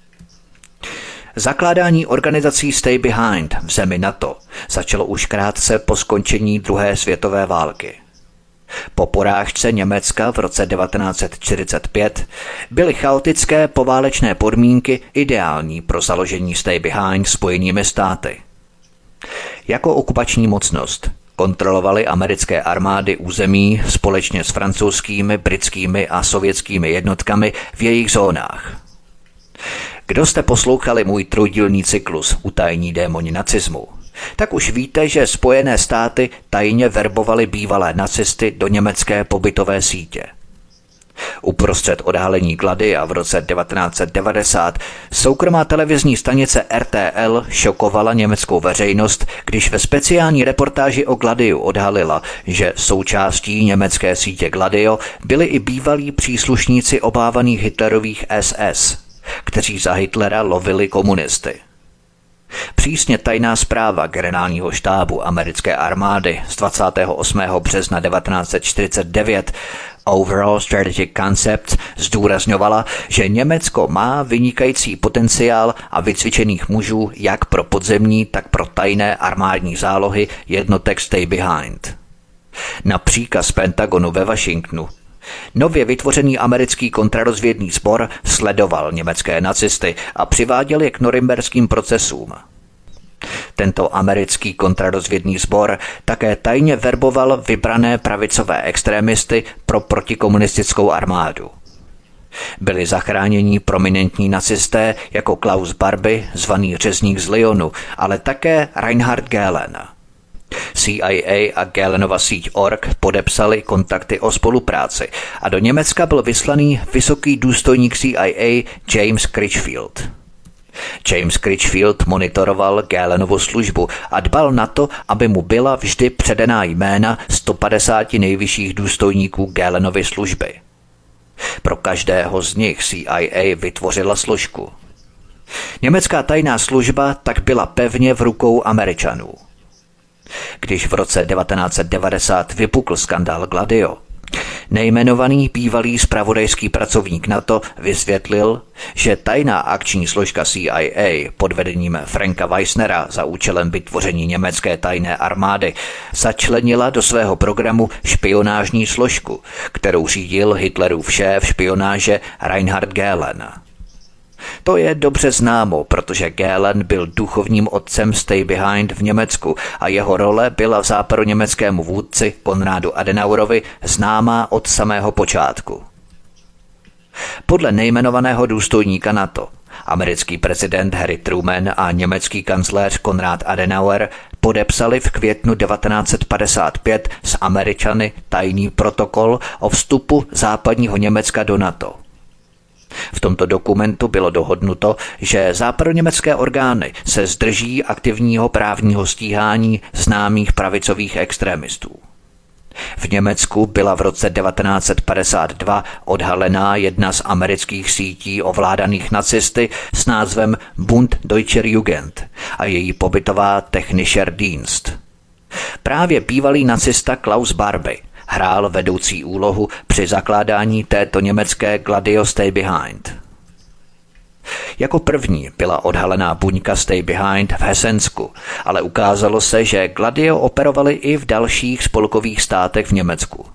Zakládání organizací Stay Behind v zemi NATO začalo už krátce po skončení druhé světové války. Po porážce Německa v roce devatenáct set čtyřicet pět byly chaotické poválečné podmínky ideální pro založení Stay Behind Spojenými státy. Jako okupační mocnost kontrolovaly americké armády území společně s francouzskými, britskými a sovětskými jednotkami v jejich zónách. Kdo jste poslouchali můj trojdílný cyklus Utajení démoni nacismu, tak už víte, že Spojené státy tajně verbovaly bývalé nacisty do německé pobytové sítě. Uprostřed odhalení Gladia v roce devatenáct set devadesát soukromá televizní stanice R T L šokovala německou veřejnost, když ve speciální reportáži o Gladiu odhalila, že součástí německé sítě Gladio byli i bývalí příslušníci obávaných Hitlerových S S, kteří za Hitlera lovili komunisty. Přísně tajná zpráva generálního štábu americké armády z dvacátého osmého března devatenáct set čtyřicet devět Overall Strategic Concept zdůrazňovala, že Německo má vynikající potenciál a vycvičených mužů jak pro podzemní, tak pro tajné armádní zálohy jednotek Stay Behind. Na příkaz Pentagonu ve Washingtonu nově vytvořený americký kontrarozvědný sbor sledoval německé nacisty a přiváděl je k norimberským procesům. Tento americký kontrarozvědný sbor také tajně verboval vybrané pravicové extrémisty pro protikomunistickou armádu. Byli zachráněni prominentní nacisté jako Klaus Barbie, zvaný řezník z Lyonu, ale také Reinhard Gehlen. C I A a Gehlenova síť org podepsali kontakty o spolupráci a do Německa byl vyslaný vysoký důstojník C I A James Critchfield. James Critchfield monitoroval Gehlenovu službu a dbal na to, aby mu byla vždy předaná jména sto padesáti nejvyšších důstojníků Gehlenovy služby. Pro každého z nich C I A vytvořila složku. Německá tajná služba tak byla pevně v rukou Američanů. Když v roce devatenáct set devadesát vypukl skandál Gladio, nejmenovaný bývalý zpravodajský pracovník NATO vysvětlil, že tajná akční složka C I A pod vedením Franka Weissnera za účelem vytvoření německé tajné armády začlenila do svého programu špionážní složku, kterou řídil Hitlerův šéf špionáže Reinhard Gehlen. To je dobře známo, protože Gehlen byl duchovním otcem Stay Behind v Německu a jeho role byla v západoněmeckému vůdci Konrádu Adenauerovi známá od samého počátku. Podle nejmenovaného důstojníka NATO, americký prezident Harry Truman a německý kancléř Konrad Adenauer podepsali v květnu devatenáct set padesát pět s Američany tajný protokol o vstupu západního Německa do NATO. V tomto dokumentu bylo dohodnuto, že západoněmecké orgány se zdrží aktivního právního stíhání známých pravicových extremistů. V Německu byla v roce devatenáct set padesát dva odhalená jedna z amerických sítí ovládaných nacisty s názvem Bund Deutscher Jugend a její pobytová Technischer Dienst. Právě bývalý nacista Klaus Barbie hrál vedoucí úlohu při zakládání této německé Gladio Stay Behind. Jako první byla odhalená buňka Stay Behind v Hesensku, ale ukázalo se, že Gladio operovali i v dalších spolkových státech v Německu.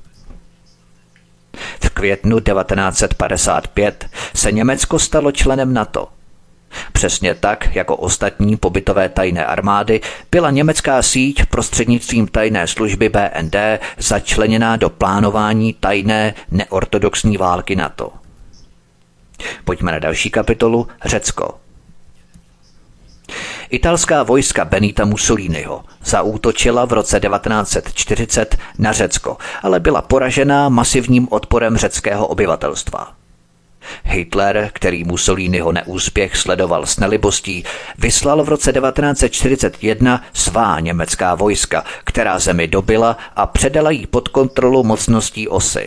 V květnu devatenáct set padesát pět se Německo stalo členem NATO. Přesně tak, jako ostatní pobytové tajné armády, byla německá síť prostřednictvím tajné služby B N D začleněná do plánování tajné neortodoxní války NATO. Pojďme na další kapitolu, Řecko. Italská vojska Benita Mussoliniho zaútočila v roce devatenáct set čtyřicet na Řecko, ale byla poražená masivním odporem řeckého obyvatelstva. Hitler, který Mussoliniho neúspěch sledoval s nelibostí, vyslal v roce devatenáct set čtyřicet jedna svá německá vojska, která zemi dobyla a předala jí pod kontrolu mocností osy.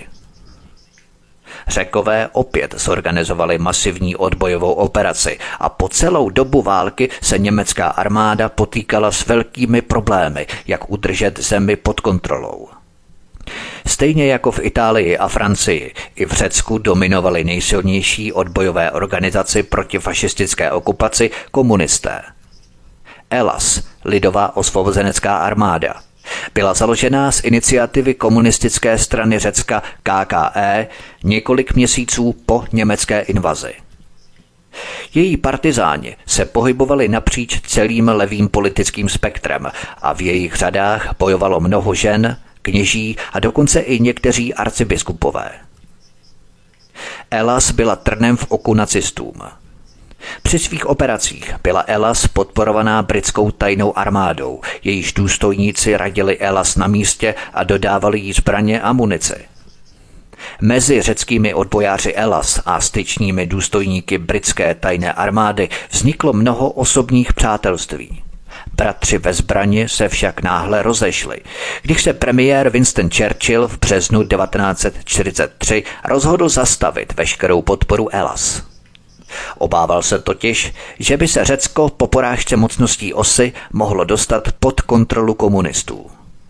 Řekové opět zorganizovali masivní odbojovou operaci a po celou dobu války se německá armáda potýkala s velkými problémy, jak udržet zemi pod kontrolou. Stejně jako v Itálii a Francii, i v Řecku dominovaly nejsilnější odbojové organizaci proti fašistické okupaci komunisté. Elas, lidová osvobozenecká armáda, byla založená z iniciativy komunistické strany Řecka K K E několik měsíců po německé invazi. Její partizáni se pohybovali napříč celým levým politickým spektrem a v jejich řadách bojovalo mnoho žen, kněží a dokonce i někteří arcibiskupové. Elas byla trnem v oku nacistům. Při svých operacích byla Elas podporovaná britskou tajnou armádou, jejíž důstojníci radili Elas na místě a dodávali jí zbraně a munici. Mezi řeckými odbojáři Elas a styčními důstojníky britské tajné armády vzniklo mnoho osobních přátelství. Bratři ve zbrani se však náhle rozešli, když se premiér Winston Churchill v březnu devatenáct set čtyřicet tři rozhodl zastavit veškerou podporu Elas. Obával se totiž, že by se Řecko po porážce mocností osy mohlo dostat pod kontrolu komunistů.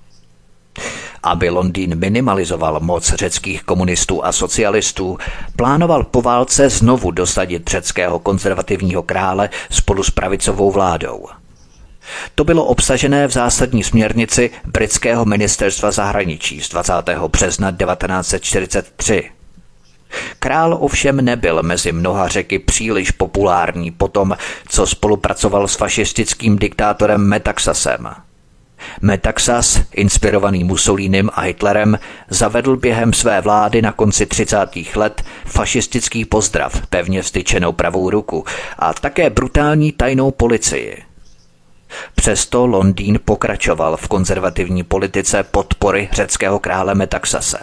Aby Londýn minimalizoval moc řeckých komunistů a socialistů, plánoval po válce znovu dosadit řeckého konzervativního krále spolu s pravicovou vládou. To bylo obsažené v zásadní směrnici britského ministerstva zahraničí z dvacátého března devatenáct set čtyřicet tři. Král ovšem nebyl mezi mnoha Řeky příliš populární po tom, co spolupracoval s fašistickým diktátorem Metaxasem. Metaxas, inspirovaný Mussolinim a Hitlerem, zavedl během své vlády na konci třicátých let fašistický pozdrav, pevně vstyčenou pravou ruku, a také brutální tajnou policii. Přesto Londýn pokračoval v konzervativní politice podpory řeckého krále Metaxase.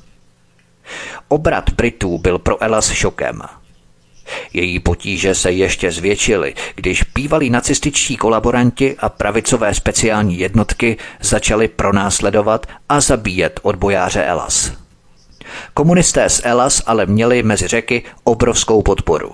Obrat Britů byl pro Elas šokem. Její potíže se ještě zvětšily, když bývalí nacističtí kolaboranti a pravicové speciální jednotky začali pronásledovat a zabíjet odbojáře Elas. Komunisté z Elas ale měli mezi Řeky obrovskou podporu.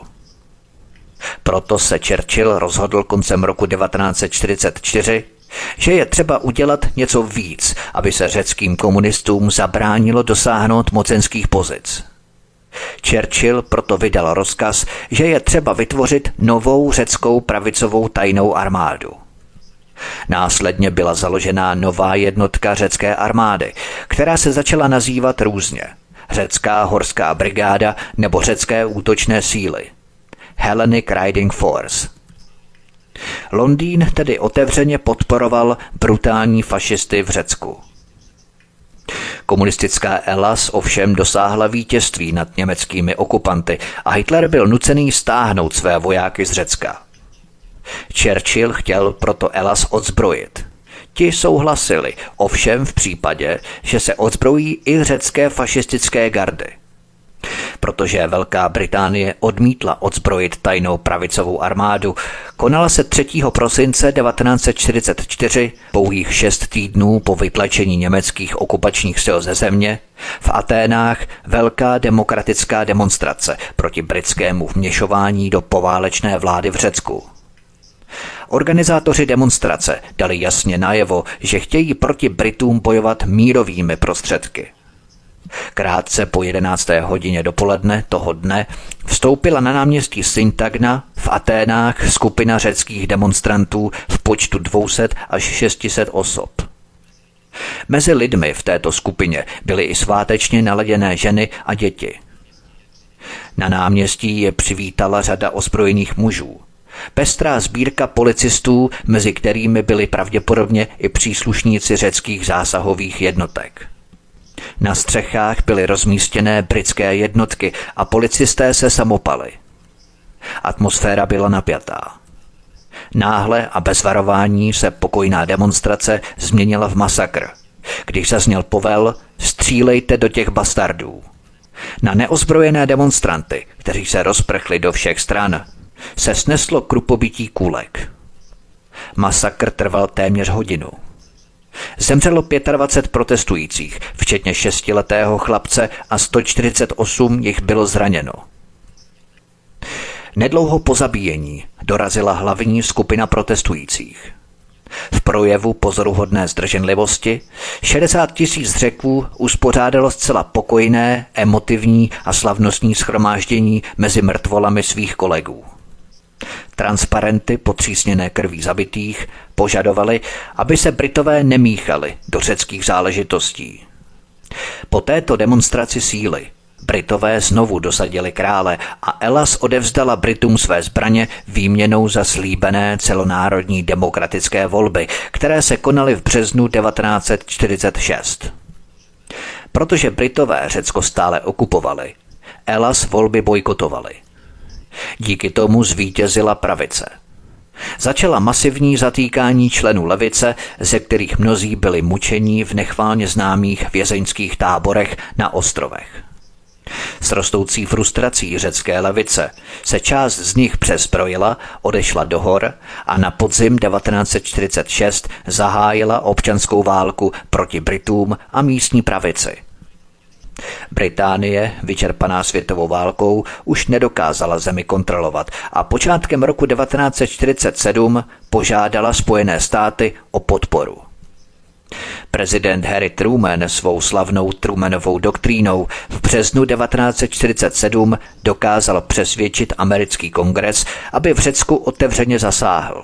Proto se Churchill rozhodl koncem roku devatenáct set čtyřicet čtyři, že je třeba udělat něco víc, aby se řeckým komunistům zabránilo dosáhnout mocenských pozic. Churchill proto vydal rozkaz, že je třeba vytvořit novou řeckou pravicovou tajnou armádu. Následně byla založena nová jednotka řecké armády, která se začala nazývat různě: Řecká horská brigáda nebo řecké útočné síly, Hellenic Riding Force. Londýn tedy otevřeně podporoval brutální fašisty v Řecku. Komunistická Elas ovšem dosáhla vítězství nad německými okupanty a Hitler byl nucený stáhnout své vojáky z Řecka. Churchill chtěl proto Elas odzbrojit. Ti souhlasili, ovšem v případě, že se odzbrojí i řecké fašistické gardy. Protože Velká Británie odmítla odzbrojit tajnou pravicovou armádu, konala se třetího prosince devatenáct set čtyřicet čtyři, pouhých šest týdnů po vytlačení německých okupačních sil ze země, v Aténách velká demokratická demonstrace proti britskému vměšování do poválečné vlády v Řecku. Organizátoři demonstrace dali jasně najevo, že chtějí proti Britům bojovat mírovými prostředky. Krátce po jedenácté hodině dopoledne toho dne vstoupila na náměstí Syntagna v Aténách skupina řeckých demonstrantů v počtu dvě stě až šest set osob. Mezi lidmi v této skupině byly i svátečně naladěné ženy a děti. Na náměstí je přivítala řada ozbrojených mužů. Pestrá sbírka policistů, mezi kterými byli pravděpodobně i příslušníci řeckých zásahových jednotek. Na střechách byly rozmístěné britské jednotky a policisté se samopali. Atmosféra byla napjatá. Náhle a bez varování se pokojná demonstrace změnila v masakr, když zazněl povel střílejte do těch bastardů. Na neozbrojené demonstranty, kteří se rozprchli do všech stran, se sneslo krupobytí kůlek. Masakr trval téměř hodinu. Zemřelo dvacet pět protestujících, včetně šestiletého chlapce a sto čtyřicet osm jich bylo zraněno. Nedlouho po zabíjení dorazila hlavní skupina protestujících. V projevu pozoruhodné zdrženlivosti šedesát tisíc Řeků uspořádalo zcela pokojné, emotivní a slavnostní shromáždění mezi mrtvolami svých kolegů. Transparenty potřísněné krví zabitých požadovali, aby se Britové nemíchali do řeckých záležitostí. Po této demonstraci síly Britové znovu dosadili krále a Elas odevzdala Britům své zbraně výměnou za slíbené celonárodní demokratické volby, které se konaly v březnu devatenáct set čtyřicet šest. Protože Britové Řecko stále okupovali, Elas volby bojkotovali. Díky tomu zvítězila pravice. Začala masivní zatýkání členů levice, ze kterých mnozí byli mučeni v nechválně známých vězeňských táborech na ostrovech. S rostoucí frustrací řecké levice se část z nich přezbrojila, odešla do hor a na podzim devatenáct set čtyřicet šest zahájila občanskou válku proti Britům a místní pravici. Británie, vyčerpaná světovou válkou, už nedokázala zemi kontrolovat a počátkem roku devatenáct set čtyřicet sedm požádala Spojené státy o podporu. Prezident Harry Truman svou slavnou Trumanovou doktrínou v březnu devatenáct set čtyřicet sedm dokázal přesvědčit americký kongres, aby v Řecku otevřeně zasáhl.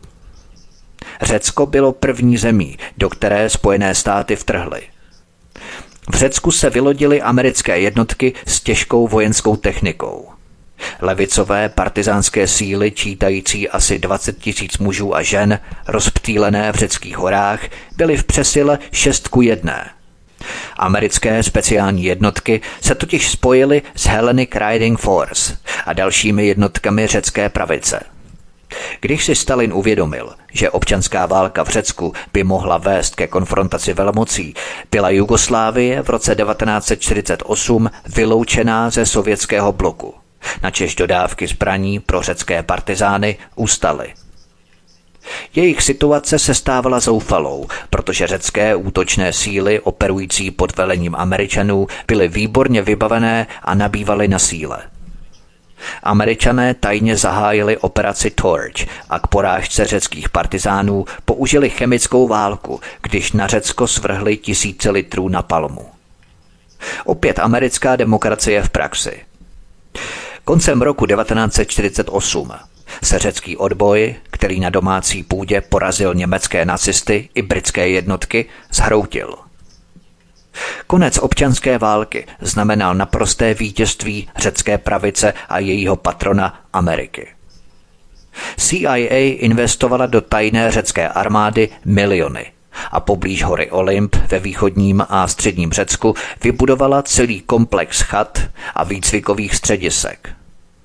Řecko bylo první zemí, do které Spojené státy vtrhly. V Řecku se vylodily americké jednotky s těžkou vojenskou technikou. Levicové partizánské síly čítající asi dvacet tisíc mužů a žen, rozptýlené v řeckých horách, byly v přesile šest ku jedné. Americké speciální jednotky se totiž spojily s Hellenic Riding Force a dalšími jednotkami řecké pravice. Když si Stalin uvědomil, že občanská válka v Řecku by mohla vést ke konfrontaci velmocí, byla Jugoslávie v roce devatenáct set čtyřicet osm vyloučená ze sovětského bloku, načež dodávky zbraní pro řecké partizány ustaly. Jejich situace se stávala zoufalou, protože řecké útočné síly operující pod velením Američanů byly výborně vybavené a nabývaly na síle. Američané tajně zahájili operaci Torch a k porážce řeckých partizánů použili chemickou válku, když na Řecko svrhli tisíce litrů napalmu. Opět americká demokracie v praxi. Koncem roku devatenáct set čtyřicet osm se řecký odboj, který na domácí půdě porazil německé nacisty i britské jednotky, zhroutil. Konec občanské války znamenal naprosté vítězství řecké pravice a jejího patrona Ameriky. C I A investovala do tajné řecké armády miliony a poblíž hory Olymp ve východním a středním Řecku vybudovala celý komplex chat a výcvikových středisek.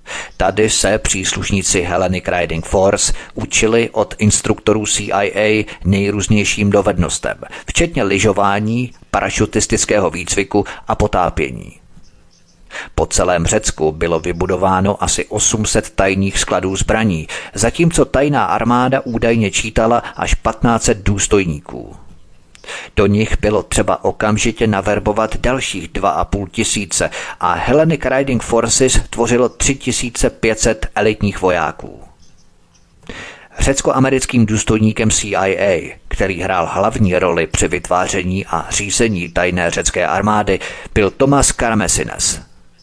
Tady se příslušníci Hellenic Riding Force učili od instruktorů C I A nejrůznějším dovednostem, včetně lyžování, parašutistického výcviku a potápění. Po celém Řecku bylo vybudováno asi osm set tajných skladů zbraní, zatímco tajná armáda údajně čítala až patnáct set důstojníků. Do nich bylo třeba okamžitě naverbovat dalších dva a půl tisíce a Hellenic Riding Forces tvořilo tři tisíce pět set elitních vojáků. Řecko-americkým důstojníkem C I A, který hrál hlavní roli při vytváření a řízení tajné řecké armády, byl Thomas Karmesines.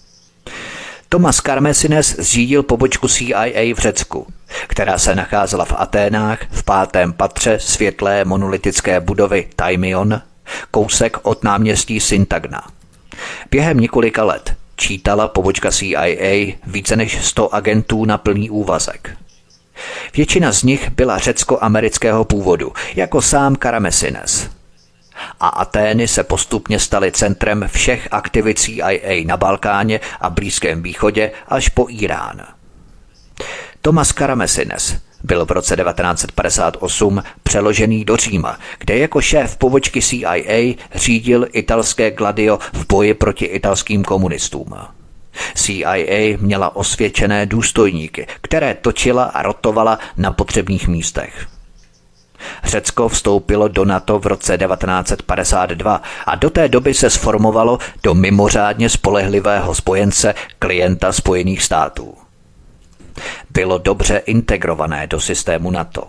Thomas Karmesines zřídil pobočku C I A v Řecku, která se nacházela v Aténách v pátém patře světlé monolitické budovy Taimion, kousek od náměstí Syntagna. Během několika let čítala pobočka C I A více než sto agentů na plný úvazek. Většina z nich byla řecko-amerického původu, jako sám Karmesines. A Atény se postupně staly centrem všech aktivit C I A na Balkáně a Blízkém východě až po Irán. Thomas Karmesines byl v roce devatenáct set padesát osm přeložený do Říma, kde jako šéf pobočky C I A řídil italské Gladio v boji proti italským komunistům. C I A měla osvědčené důstojníky, které točila a rotovala na potřebných místech. Řecko vstoupilo do NATO v roce devatenáct set padesát dva a do té doby se sformovalo do mimořádně spolehlivého spojence klienta Spojených států. Bylo dobře integrované do systému NATO.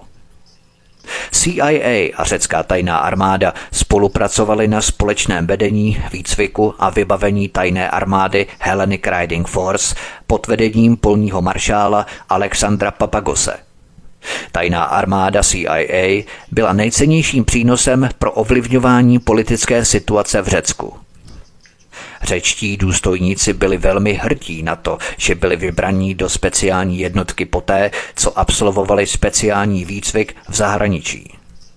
C I A a řecká tajná armáda spolupracovaly na společném vedení, výcviku a vybavení tajné armády Hellenic Riding Force pod vedením polního maršála Alexandra Papagose. Tajná armáda C I A byla nejcennějším přínosem pro ovlivňování politické situace v Řecku. Řečtí důstojníci byli velmi hrdí na to, že byli vybraní do speciální jednotky poté, co absolvovali speciální výcvik v zahraničí.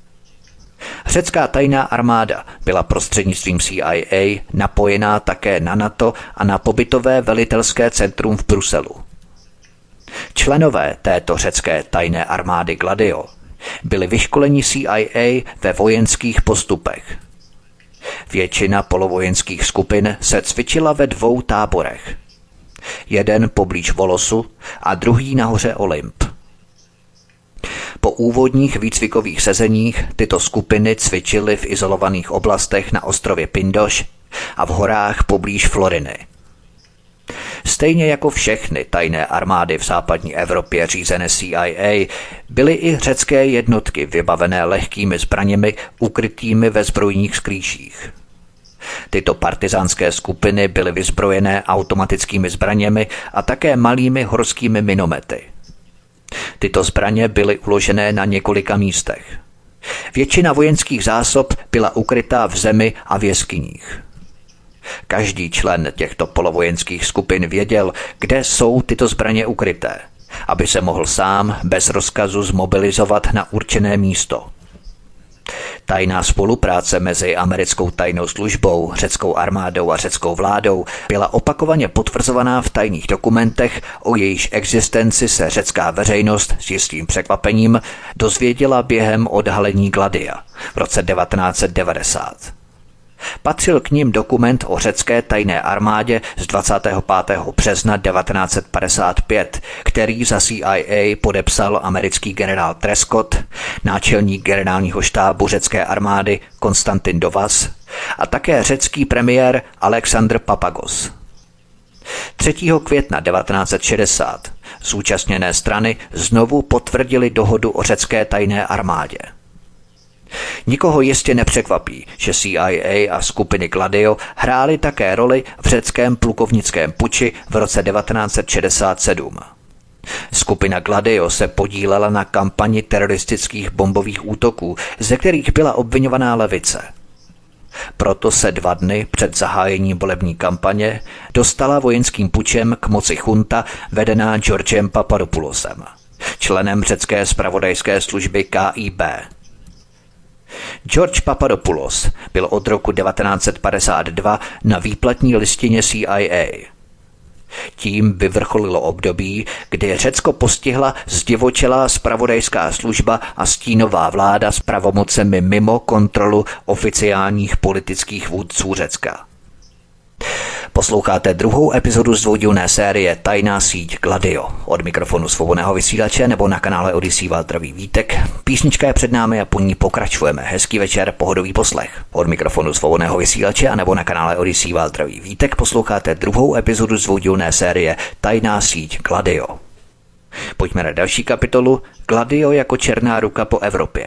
Řecká tajná armáda byla prostřednictvím C I A napojená také na NATO a na pobytové velitelské centrum v Bruselu. Členové této řecké tajné armády Gladio byli vyškoleni C I A ve vojenských postupech. Většina polovojenských skupin se cvičila ve dvou táborech. Jeden poblíž Volosu a druhý na hoře Olymp. Po úvodních výcvikových sezeních tyto skupiny cvičily v izolovaných oblastech na ostrově Pindoš a v horách poblíž Floriny. Stejně jako všechny tajné armády v západní Evropě řízené C I A, byly i řecké jednotky vybavené lehkými zbraněmi ukrytými ve zbrojních skrýších. Tyto partizánské skupiny byly vyzbrojené automatickými zbraněmi a také malými horskými minomety. Tyto zbraně byly uložené na několika místech. Většina vojenských zásob byla ukrytá v zemi a v jeskyních. Každý člen těchto polovojenských skupin věděl, kde jsou tyto zbraně ukryté, aby se mohl sám bez rozkazu zmobilizovat na určené místo. Tajná spolupráce mezi americkou tajnou službou, řeckou armádou a řeckou vládou byla opakovaně potvrzovaná v tajných dokumentech, o jejíž existenci se řecká veřejnost s jistým překvapením dozvěděla během odhalení Gladia v roce devatenáct set devadesát. Patřil k nim dokument o řecké tajné armádě z dvacátého pátého března devatenáct set padesát pět, který za C I A podepsal americký generál Trescott, náčelník generálního štábu řecké armády Konstantin Dovas a také řecký premiér Alexandr Papagos. třetího května devatenáct set šedesát zúčastněné strany znovu potvrdili dohodu o řecké tajné armádě. Nikoho jistě nepřekvapí, že C I A a skupiny Gladio hrály také roli v řeckém plukovnickém puči v roce devatenáct set šedesát sedm. Skupina Gladio se podílela na kampani teroristických bombových útoků, ze kterých byla obviňovaná levice. Proto se dva dny před zahájením volební kampaně dostala vojenským pučem k moci chunta vedená Georgem Papadopoulosem, členem řecké zpravodajské služby K I B. George Papadopoulos byl od roku devatenáct set padesát dva na výplatní listině C I A. Tím vyvrcholilo období, kdy Řecko postihla zdivočelá zpravodajská služba a stínová vláda s pravomocemi mimo kontrolu oficiálních politických vůdců Řecka. Posloucháte druhou epizodu z dvoudílné série Tajná síť Gladio. Od mikrofonu Svobodného vysílače nebo na kanále Odyssey vás zdraví Vítek. Písnička je před námi a po ní pokračujeme. Hezký večer, pohodový poslech. Od mikrofonu Svobodného vysílače a nebo na kanále Odyssey vás zdraví Vítek. Posloucháte druhou epizodu z dvoudílné série Tajná síť Gladio. Pojďme na další kapitolu Gladio jako černá ruka po Evropě.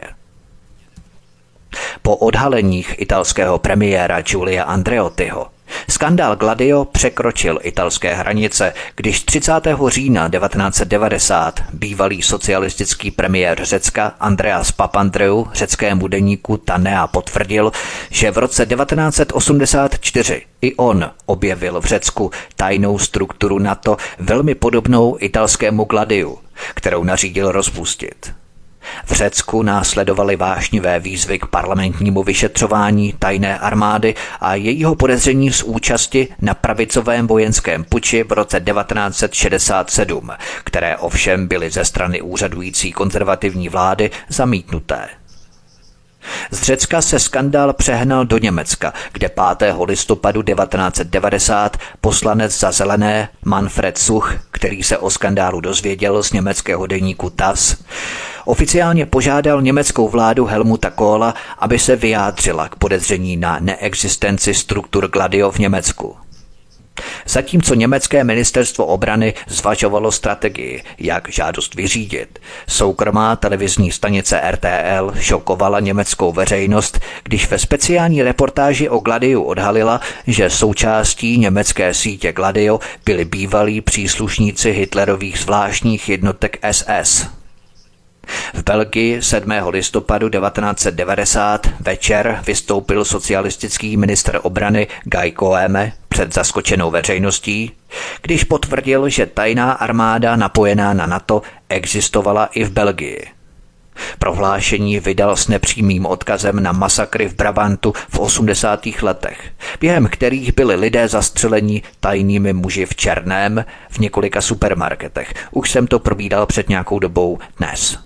Po odhaleních italského premiéra Giulia Andreottiho skandál Gladio překročil italské hranice, když třicátého října devatenáct set devadesát bývalý socialistický premiér Řecka Andreas Papandreou řeckému deníku Tanea potvrdil, že v roce devatenáct set osmdesát čtyři i on objevil v Řecku tajnou strukturu NATO velmi podobnou italskému Gladiu, kterou nařídil rozpustit. V Řecku následovaly vášnivé výzvy k parlamentnímu vyšetřování tajné armády a jejího podezření z účasti na pravicovém vojenském puči v roce devatenáct set šedesát sedm, které ovšem byly ze strany úřadující konzervativní vlády zamítnuté. Z Řecka se skandál přehnal do Německa, kde pátého listopadu devatenáct set devadesát poslanec za Zelené Manfred Such, který se o skandálu dozvěděl z německého deníku T A S, oficiálně požádal německou vládu Helmuta Kohla, aby se vyjádřila k podezření na neexistenci struktur Gladio v Německu. Zatímco německé ministerstvo obrany zvažovalo strategii, jak žádost vyřídit, soukromá televizní stanice R T L šokovala německou veřejnost, když ve speciální reportáži o Gladiu odhalila, že součástí německé sítě Gladio byli bývalí příslušníci Hitlerových zvláštních jednotek S S. V Belgii sedmého listopadu devatenáct set devadesát večer vystoupil socialistický ministr obrany Guy Coeme před zaskočenou veřejností, když potvrdil, že tajná armáda napojená na NATO existovala i v Belgii. Prohlášení vydal s nepřímým odkazem na masakry v Brabantu v osmdesátých letech, během kterých byli lidé zastřeleni tajnými muži v černém v několika supermarketech. Už jsem to probídal před nějakou dobou dnes.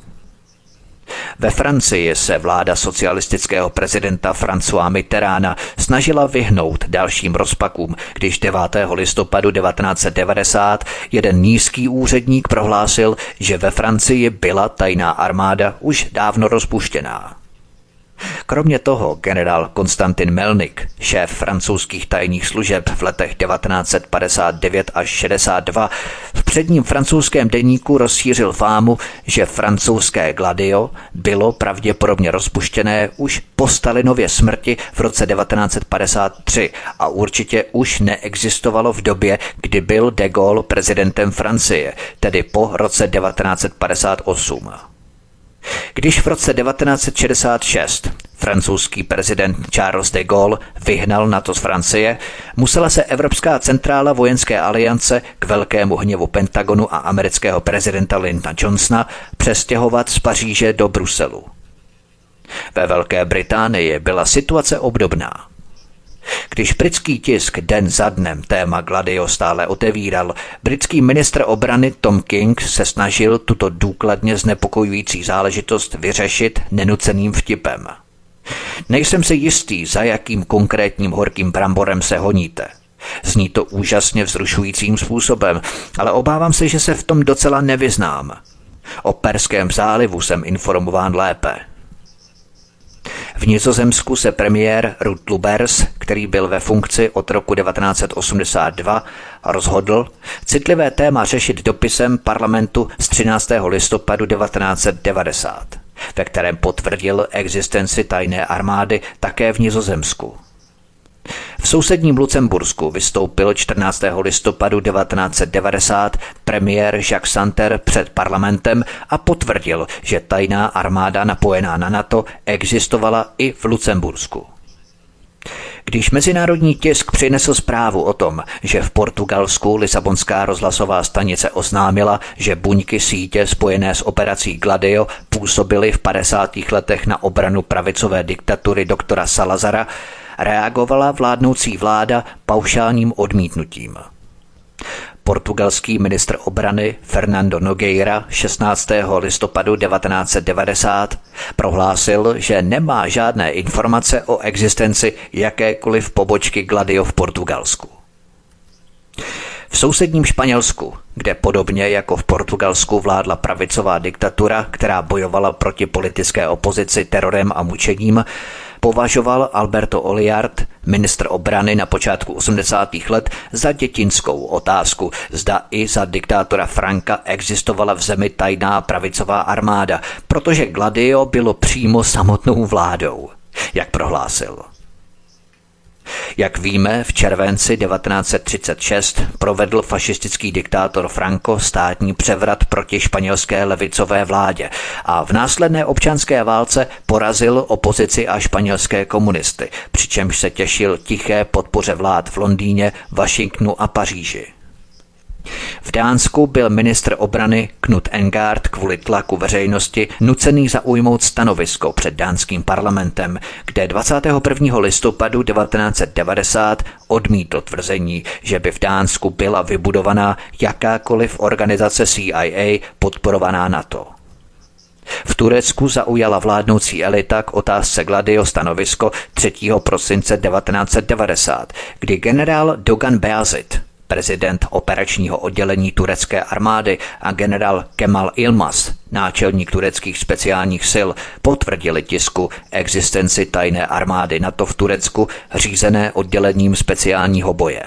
Ve Francii se vláda socialistického prezidenta Françoise Mitterranda snažila vyhnout dalším rozpakům, když devátého listopadu devatenáct set devadesát jeden nízký úředník prohlásil, že ve Francii byla tajná armáda už dávno rozpuštěná. Kromě toho generál Konstantin Melnik, šéf francouzských tajných služeb v letech devatenáct set padesát devět až šedesát dva, v předním francouzském deníku rozšířil fámu, že francouzské Gladio bylo pravděpodobně rozpuštěné už po Stalinově smrti v roce devatenáct set padesát tři a určitě už neexistovalo v době, kdy byl de Gaulle prezidentem Francie, tedy po roce devatenáct set padesát osm. Když v roce devatenáct set šedesát šest francouzský prezident Charles de Gaulle vyhnal NATO z Francie, musela se Evropská centrála vojenské aliance k velkému hněvu Pentagonu a amerického prezidenta Lyndona Johnsona přestěhovat z Paříže do Bruselu. Ve Velké Británii byla situace obdobná. Když britský tisk den za dnem téma Gladio stále otevíral, britský ministr obrany Tom King se snažil tuto důkladně znepokojující záležitost vyřešit nenuceným vtipem. Nejsem si jistý, za jakým konkrétním horkým bramborem se honíte. Zní to úžasně vzrušujícím způsobem, ale obávám se, že se v tom docela nevyznám. O Perském zálivu jsem informován lépe. V Nizozemsku se premiér Ruud Lubbers, který byl ve funkci od roku devatenáct set osmdesát dva, rozhodl citlivé téma řešit dopisem parlamentu z třináctého listopadu devatenáct set devadesát, ve kterém potvrdil existenci tajné armády také v Nizozemsku. V sousedním Lucembursku vystoupil čtrnáctého listopadu devatenáct set devadesát premiér Jacques Santer před parlamentem a potvrdil, že tajná armáda napojená na NATO existovala i v Lucembursku. Když mezinárodní tisk přinesl zprávu o tom, že v Portugalsku Lisabonská rozhlasová stanice oznámila, že buňky sítě spojené s operací Gladio působily v padesátých letech na obranu pravicové diktatury doktora Salazara, reagovala vládnoucí vláda paušálním odmítnutím. Portugalský ministr obrany Fernando Nogueira šestnáctého listopadu devatenáct set devadesát prohlásil, že nemá žádné informace o existenci jakékoliv pobočky Gladio v Portugalsku. V sousedním Španělsku, kde podobně jako v Portugalsku vládla pravicová diktatura, která bojovala proti politické opozici terorem a mučením, považoval Alberto Oliart, ministr obrany na počátku osmdesátých let, za dětinskou otázku, zda i za diktátora Franka existovala v zemi tajná pravicová armáda, protože Gladio bylo přímo samotnou vládou, jak prohlásil. Jak víme, v červenci devatenáct set třicet šest provedl fašistický diktátor Franco státní převrat proti španělské levicové vládě a v následné občanské válce porazil opozici a španělské komunisty, přičemž se těšil tiché podpoře vlád v Londýně, Washingtonu a Paříži. V Dánsku byl ministr obrany Knut Engard kvůli tlaku veřejnosti nucený zaujmout stanovisko před dánským parlamentem, kde dvacátého prvního listopadu devatenáct set devadesát odmítl tvrzení, že by v Dánsku byla vybudovaná jakákoliv organizace C I A podporovaná NATO. V Turecku zaujala vládnoucí elita k otázce Gladio stanovisko třetího prosince devatenáct set devadesát, kdy generál Dogan Beyazit, prezident operačního oddělení turecké armády, a generál Kemal Yilmaz, náčelník tureckých speciálních sil, potvrdili tisku existenci tajné armády NATO v Turecku, řízené oddělením speciálního boje.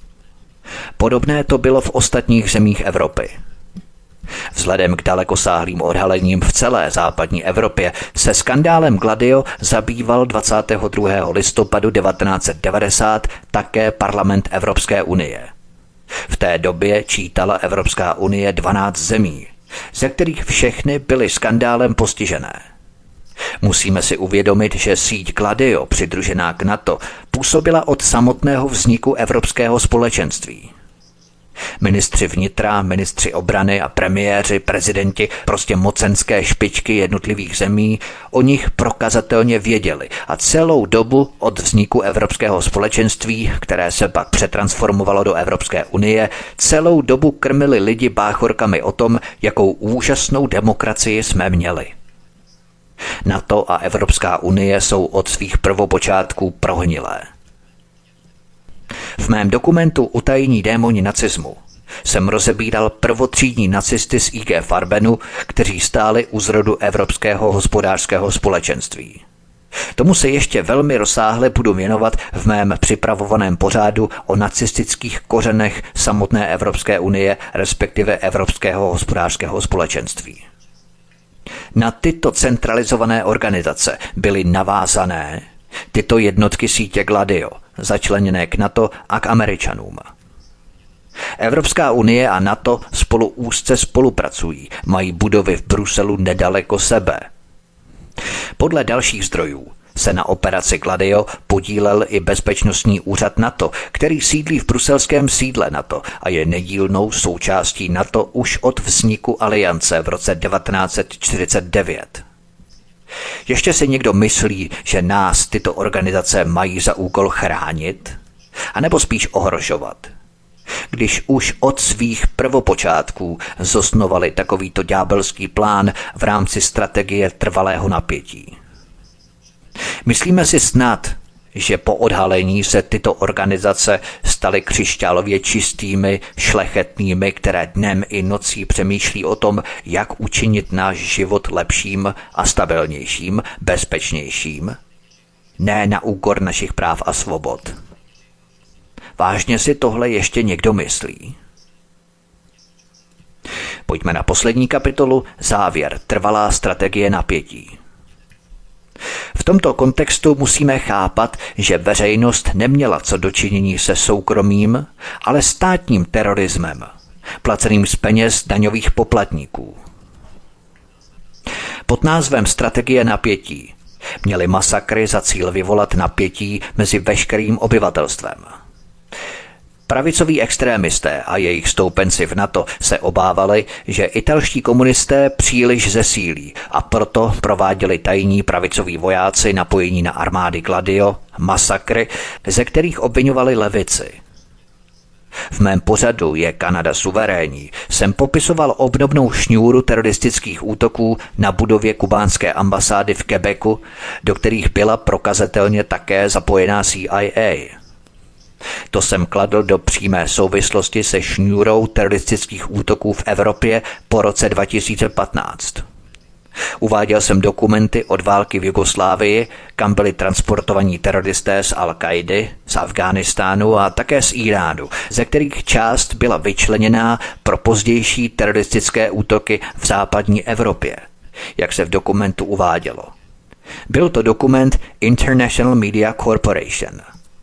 Podobné to bylo v ostatních zemích Evropy. Vzhledem k dalekosáhlým odhalením v celé západní Evropě se skandálem Gladio zabýval dvacátého druhého listopadu devatenáct set devadesát také Parlament Evropské unie. V té době čítala Evropská unie dvanáct zemí, ze kterých všechny byly skandálem postižené. Musíme si uvědomit, že síť Gladio přidružená k NATO působila od samotného vzniku Evropského společenství. Ministři vnitra, ministři obrany a premiéři, prezidenti, prostě mocenské špičky jednotlivých zemí o nich prokazatelně věděli a celou dobu od vzniku Evropského společenství, které se pak přetransformovalo do Evropské unie, celou dobu krmili lidi báchorkami o tom, jakou úžasnou demokracii jsme měli. NATO a Evropská unie jsou od svých prvopočátků prohnilé. V mém dokumentu Utajení démoni nacismu jsem rozebíral prvotřídní nacisty z I G Farbenu, kteří stáli u zrodu Evropského hospodářského společenství. Tomu se ještě velmi rozsáhle budu věnovat v mém připravovaném pořádu o nacistických kořenech samotné Evropské unie, respektive Evropského hospodářského společenství. Na tyto centralizované organizace byly navázané tyto jednotky sítě Gladio, začleněné k NATO a k Američanům. Evropská unie a NATO spolu úzce spolupracují, mají budovy v Bruselu nedaleko sebe. Podle dalších zdrojů se na operaci Gladio podílel i Bezpečnostní úřad NATO, který sídlí v bruselském sídle NATO a je nedílnou součástí NATO už od vzniku aliance v roce devatenáct set čtyřicet devět. Ještě si někdo myslí, že nás tyto organizace mají za úkol chránit, anebo spíš ohrožovat? Když už od svých prvopočátků zosnovali takovýto ďábelský plán v rámci strategie trvalého napětí. Myslíme si snad, že po odhalení se tyto organizace staly křišťálově čistými, šlechetnými, které dnem i nocí přemýšlí o tom, jak učinit náš život lepším a stabilnějším, bezpečnějším? Ne na úkor našich práv a svobod. Vážně si tohle ještě někdo myslí? Pojďme na poslední kapitolu, závěr, trvalá strategie napětí. V tomto kontextu musíme chápat, že veřejnost neměla co dočinění se soukromým, ale státním terorismem, placeným z peněz daňových poplatníků. Pod názvem strategie napětí měly masakry za cíl vyvolat napětí mezi veškerým obyvatelstvem. Pravicoví extrémisté a jejich stoupenci v NATO se obávali, že italští komunisté příliš zesílí a proto prováděli tajní pravicoví vojáci napojení na armády Gladio masakry, ze kterých obviňovali levici. V mém pořadu Je Kanada suverénní jsem popisoval obdobnou šňůru teroristických útoků na budově kubánské ambasády v Quebecu, do kterých byla prokazatelně také zapojená C I A. To jsem kladl do přímé souvislosti se šňůrou teroristických útoků v Evropě po roce dva tisíce patnáct. Uváděl jsem dokumenty od války v Jugoslávii, kam byli transportovaní teroristé z Al-Kaidy, z Afghánistánu a také z Iránu, ze kterých část byla vyčleněná pro pozdější teroristické útoky v západní Evropě, jak se v dokumentu uvádělo. Byl to dokument International Media Corporation.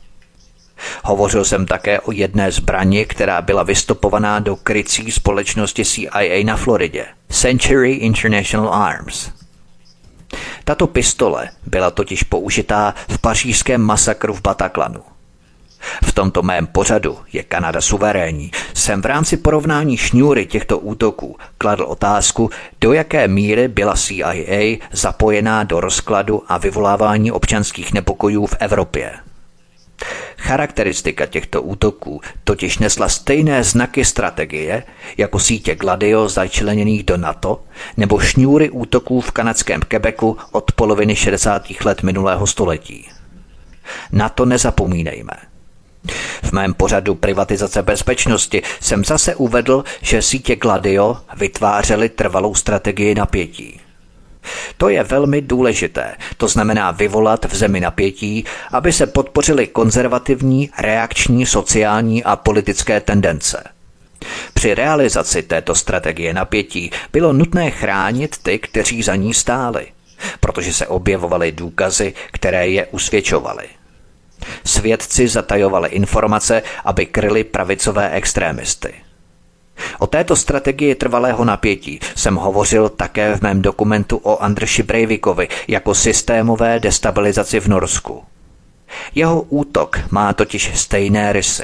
Hovořil jsem také o jedné zbrani, která byla vystopovaná do krycí společnosti C I A na Floridě, Century International Arms. Tato pistole byla totiž použitá v pařížském masakru v Bataclanu. V tomto mém pořadu Je Kanada suverénní jsem v rámci porovnání šňůry těchto útoků kladl otázku, do jaké míry byla C I A zapojená do rozkladu a vyvolávání občanských nepokojů v Evropě. Charakteristika těchto útoků totiž nesla stejné znaky strategie jako sítě Gladio začleněných do NATO nebo šňůry útoků v kanadském Quebecu od poloviny šedesátých let minulého století. Na to nezapomínejme. V mém pořadu Privatizace bezpečnosti jsem zase uvedl, že sítě Gladio vytvářely trvalou strategii napětí. To je velmi důležité, to znamená vyvolat v zemi napětí, aby se podpořily konzervativní, reakční, sociální a politické tendence. Při realizaci této strategie napětí bylo nutné chránit ty, kteří za ní stáli, protože se objevovaly důkazy, které je usvědčovaly. Svědci zatajovali informace, aby kryli pravicové extrémisty. O této strategii trvalého napětí jsem hovořil také v mém dokumentu o Andreši Breivikovi jako systémové destabilizaci v Norsku. Jeho útok má totiž stejné rysy.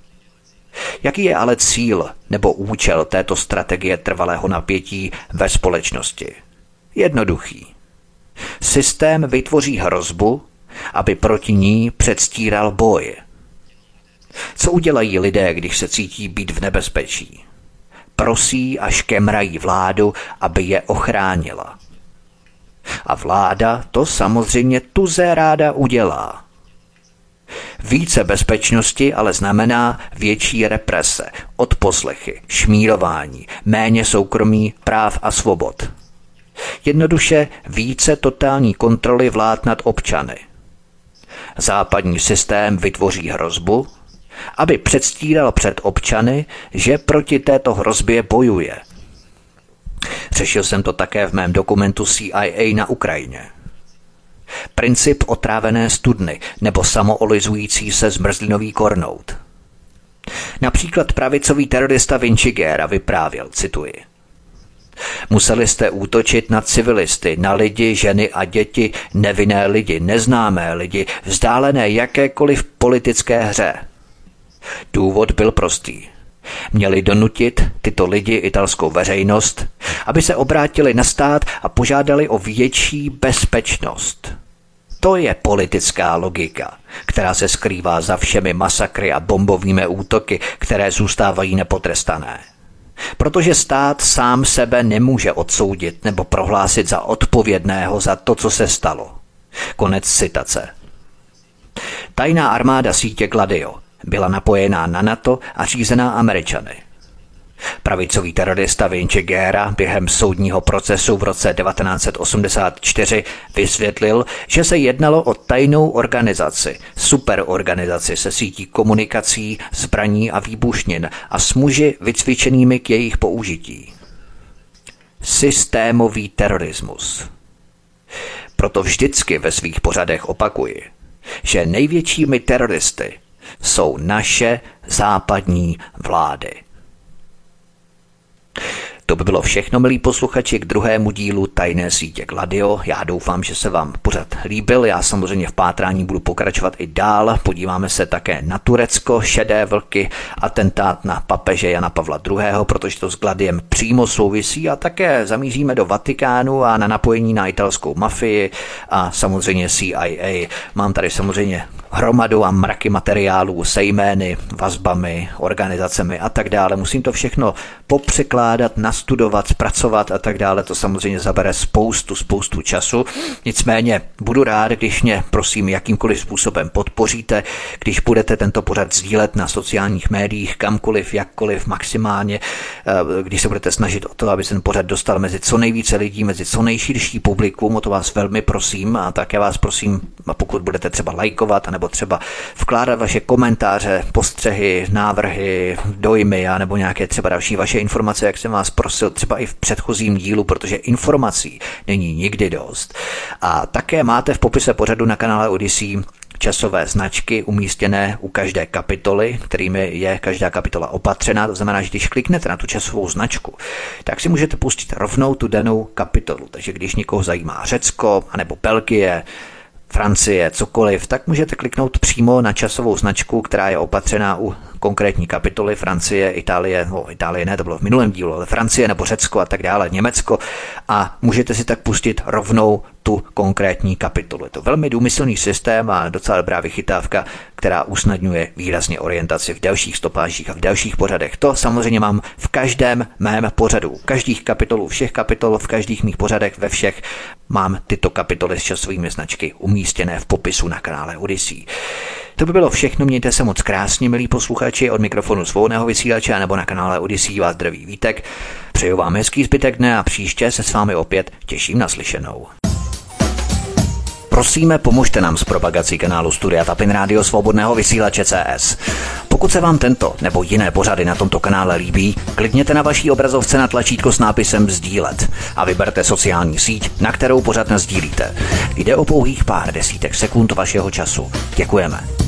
Jaký je ale cíl nebo účel této strategie trvalého napětí ve společnosti? Jednoduchý. Systém vytvoří hrozbu, aby proti ní předstíral boj. Co udělají lidé, když se cítí být v nebezpečí? Prosí a škemrají vládu, aby je ochránila. A vláda to samozřejmě tuze ráda udělá. Více bezpečnosti ale znamená větší represe, odposlechy, šmírování, méně soukromí, práv a svobod. Jednoduše více totální kontroly vlád nad občany. Západní systém vytvoří hrozbu, aby předstíral před občany, že proti této hrozbě bojuje. Řešil jsem to také v mém dokumentu C I A na Ukrajině. Princip otrávené studny nebo samoolizující se zmrzlinový kornout. Například pravicový terorista Vinci Guerra vyprávěl, cituji. Museli jste útočit na civilisty, na lidi, ženy a děti, nevinné lidi, neznámé lidi, vzdálené jakékoliv politické hře. Důvod byl prostý. Měli donutit tyto lidi, italskou veřejnost, aby se obrátili na stát a požádali o větší bezpečnost. To je politická logika, která se skrývá za všemi masakry a bombovými útoky, které zůstávají nepotrestané. Protože stát sám sebe nemůže odsoudit nebo prohlásit za odpovědného za to, co se stalo. Konec citace. Tajná armáda sítě Gladio byla napojená na NATO a řízená Američany. Pravicový terorista Vinci Guerra během soudního procesu v roce devatenáct set osmdesát čtyři vysvětlil, že se jednalo o tajnou organizaci, superorganizaci se sítí komunikací, zbraní a výbušnin a s muži vycvičenými k jejich použití. Systémový terorismus. Proto vždycky ve svých pořadech opakuji, že největšími teroristy jsou naše západní vlády. To by bylo všechno, milí posluchači, k druhému dílu Tajné sítě Gladio. Já doufám, že se vám pořad líbil. Já samozřejmě v pátrání budu pokračovat i dál. Podíváme se také na Turecko, šedé vlky, atentát na papeže Jana Pavla druhého., protože to s Gladiem přímo souvisí, a také zamíříme do Vatikánu a na napojení na italskou mafii a samozřejmě C I A. Mám tady samozřejmě hromadu a mraky materiálů se jmény, vazbami, organizacemi a tak dále. Musím to všechno popřekládat, nastudovat, zpracovat a tak dále. To samozřejmě zabere spoustu, spoustu času. Nicméně budu rád, když mě prosím jakýmkoliv způsobem podpoříte, když budete tento pořad sdílet na sociálních médiích, kamkoliv, jakkoliv, maximálně, když se budete snažit o to, aby se ten pořad dostal mezi co nejvíce lidí, mezi co nejširší publikum, o to vás velmi prosím a také vás prosím, pokud budete třeba lajkovat, nebo třeba vkládat vaše komentáře, postřehy, návrhy, dojmy a nebo nějaké třeba další vaše informace, jak jsem vás prosil třeba i v předchozím dílu, protože informací není nikdy dost. A také máte v popise pořadu na kanále Odyssey časové značky umístěné u každé kapitoly, kterými je každá kapitola opatřená. To znamená, že když kliknete na tu časovou značku, tak si můžete pustit rovnou tu danou kapitolu. Takže když někoho zajímá Řecko, anebo Belgie, Francie, cokoliv, tak můžete kliknout přímo na časovou značku, která je opatřená u konkrétní kapitoly Francie, Itálie, no Itálie ne, to bylo v minulém dílu, ale Francie nebo Řecko a tak dále, Německo a můžete si tak pustit rovnou tu konkrétní kapitolu. Je to velmi důmyslný systém a docela dobrá vychytávka, která usnadňuje výrazně orientaci v dalších stopážích a v dalších pořadech. To samozřejmě mám v každém mém pořadu. Každých kapitolů, všech kapitol, v každých mých pořadech, ve všech mám tyto kapitoly s časovými značky umístěné v popisu na kanále Odyssey. To by bylo všechno, mějte se moc krásně, milí posluchači, od mikrofonu svobodného vysílače nebo na kanále Odyssey vás zdraví Vítek. Přeju vám hezký zbytek dne a příště se s vámi opět těším na slyšenou. Prosíme, pomožte nám s propagací kanálu Studia Tapin Rádio Svobodného vysílače C S. Pokud se vám tento nebo jiné pořady na tomto kanále líbí, klikněte na vaší obrazovce na tlačítko s nápisem sdílet a vyberte sociální síť, na kterou pořad nasdílíte. Jde o pouhých pár desítek sekund vašeho času. Děkujeme.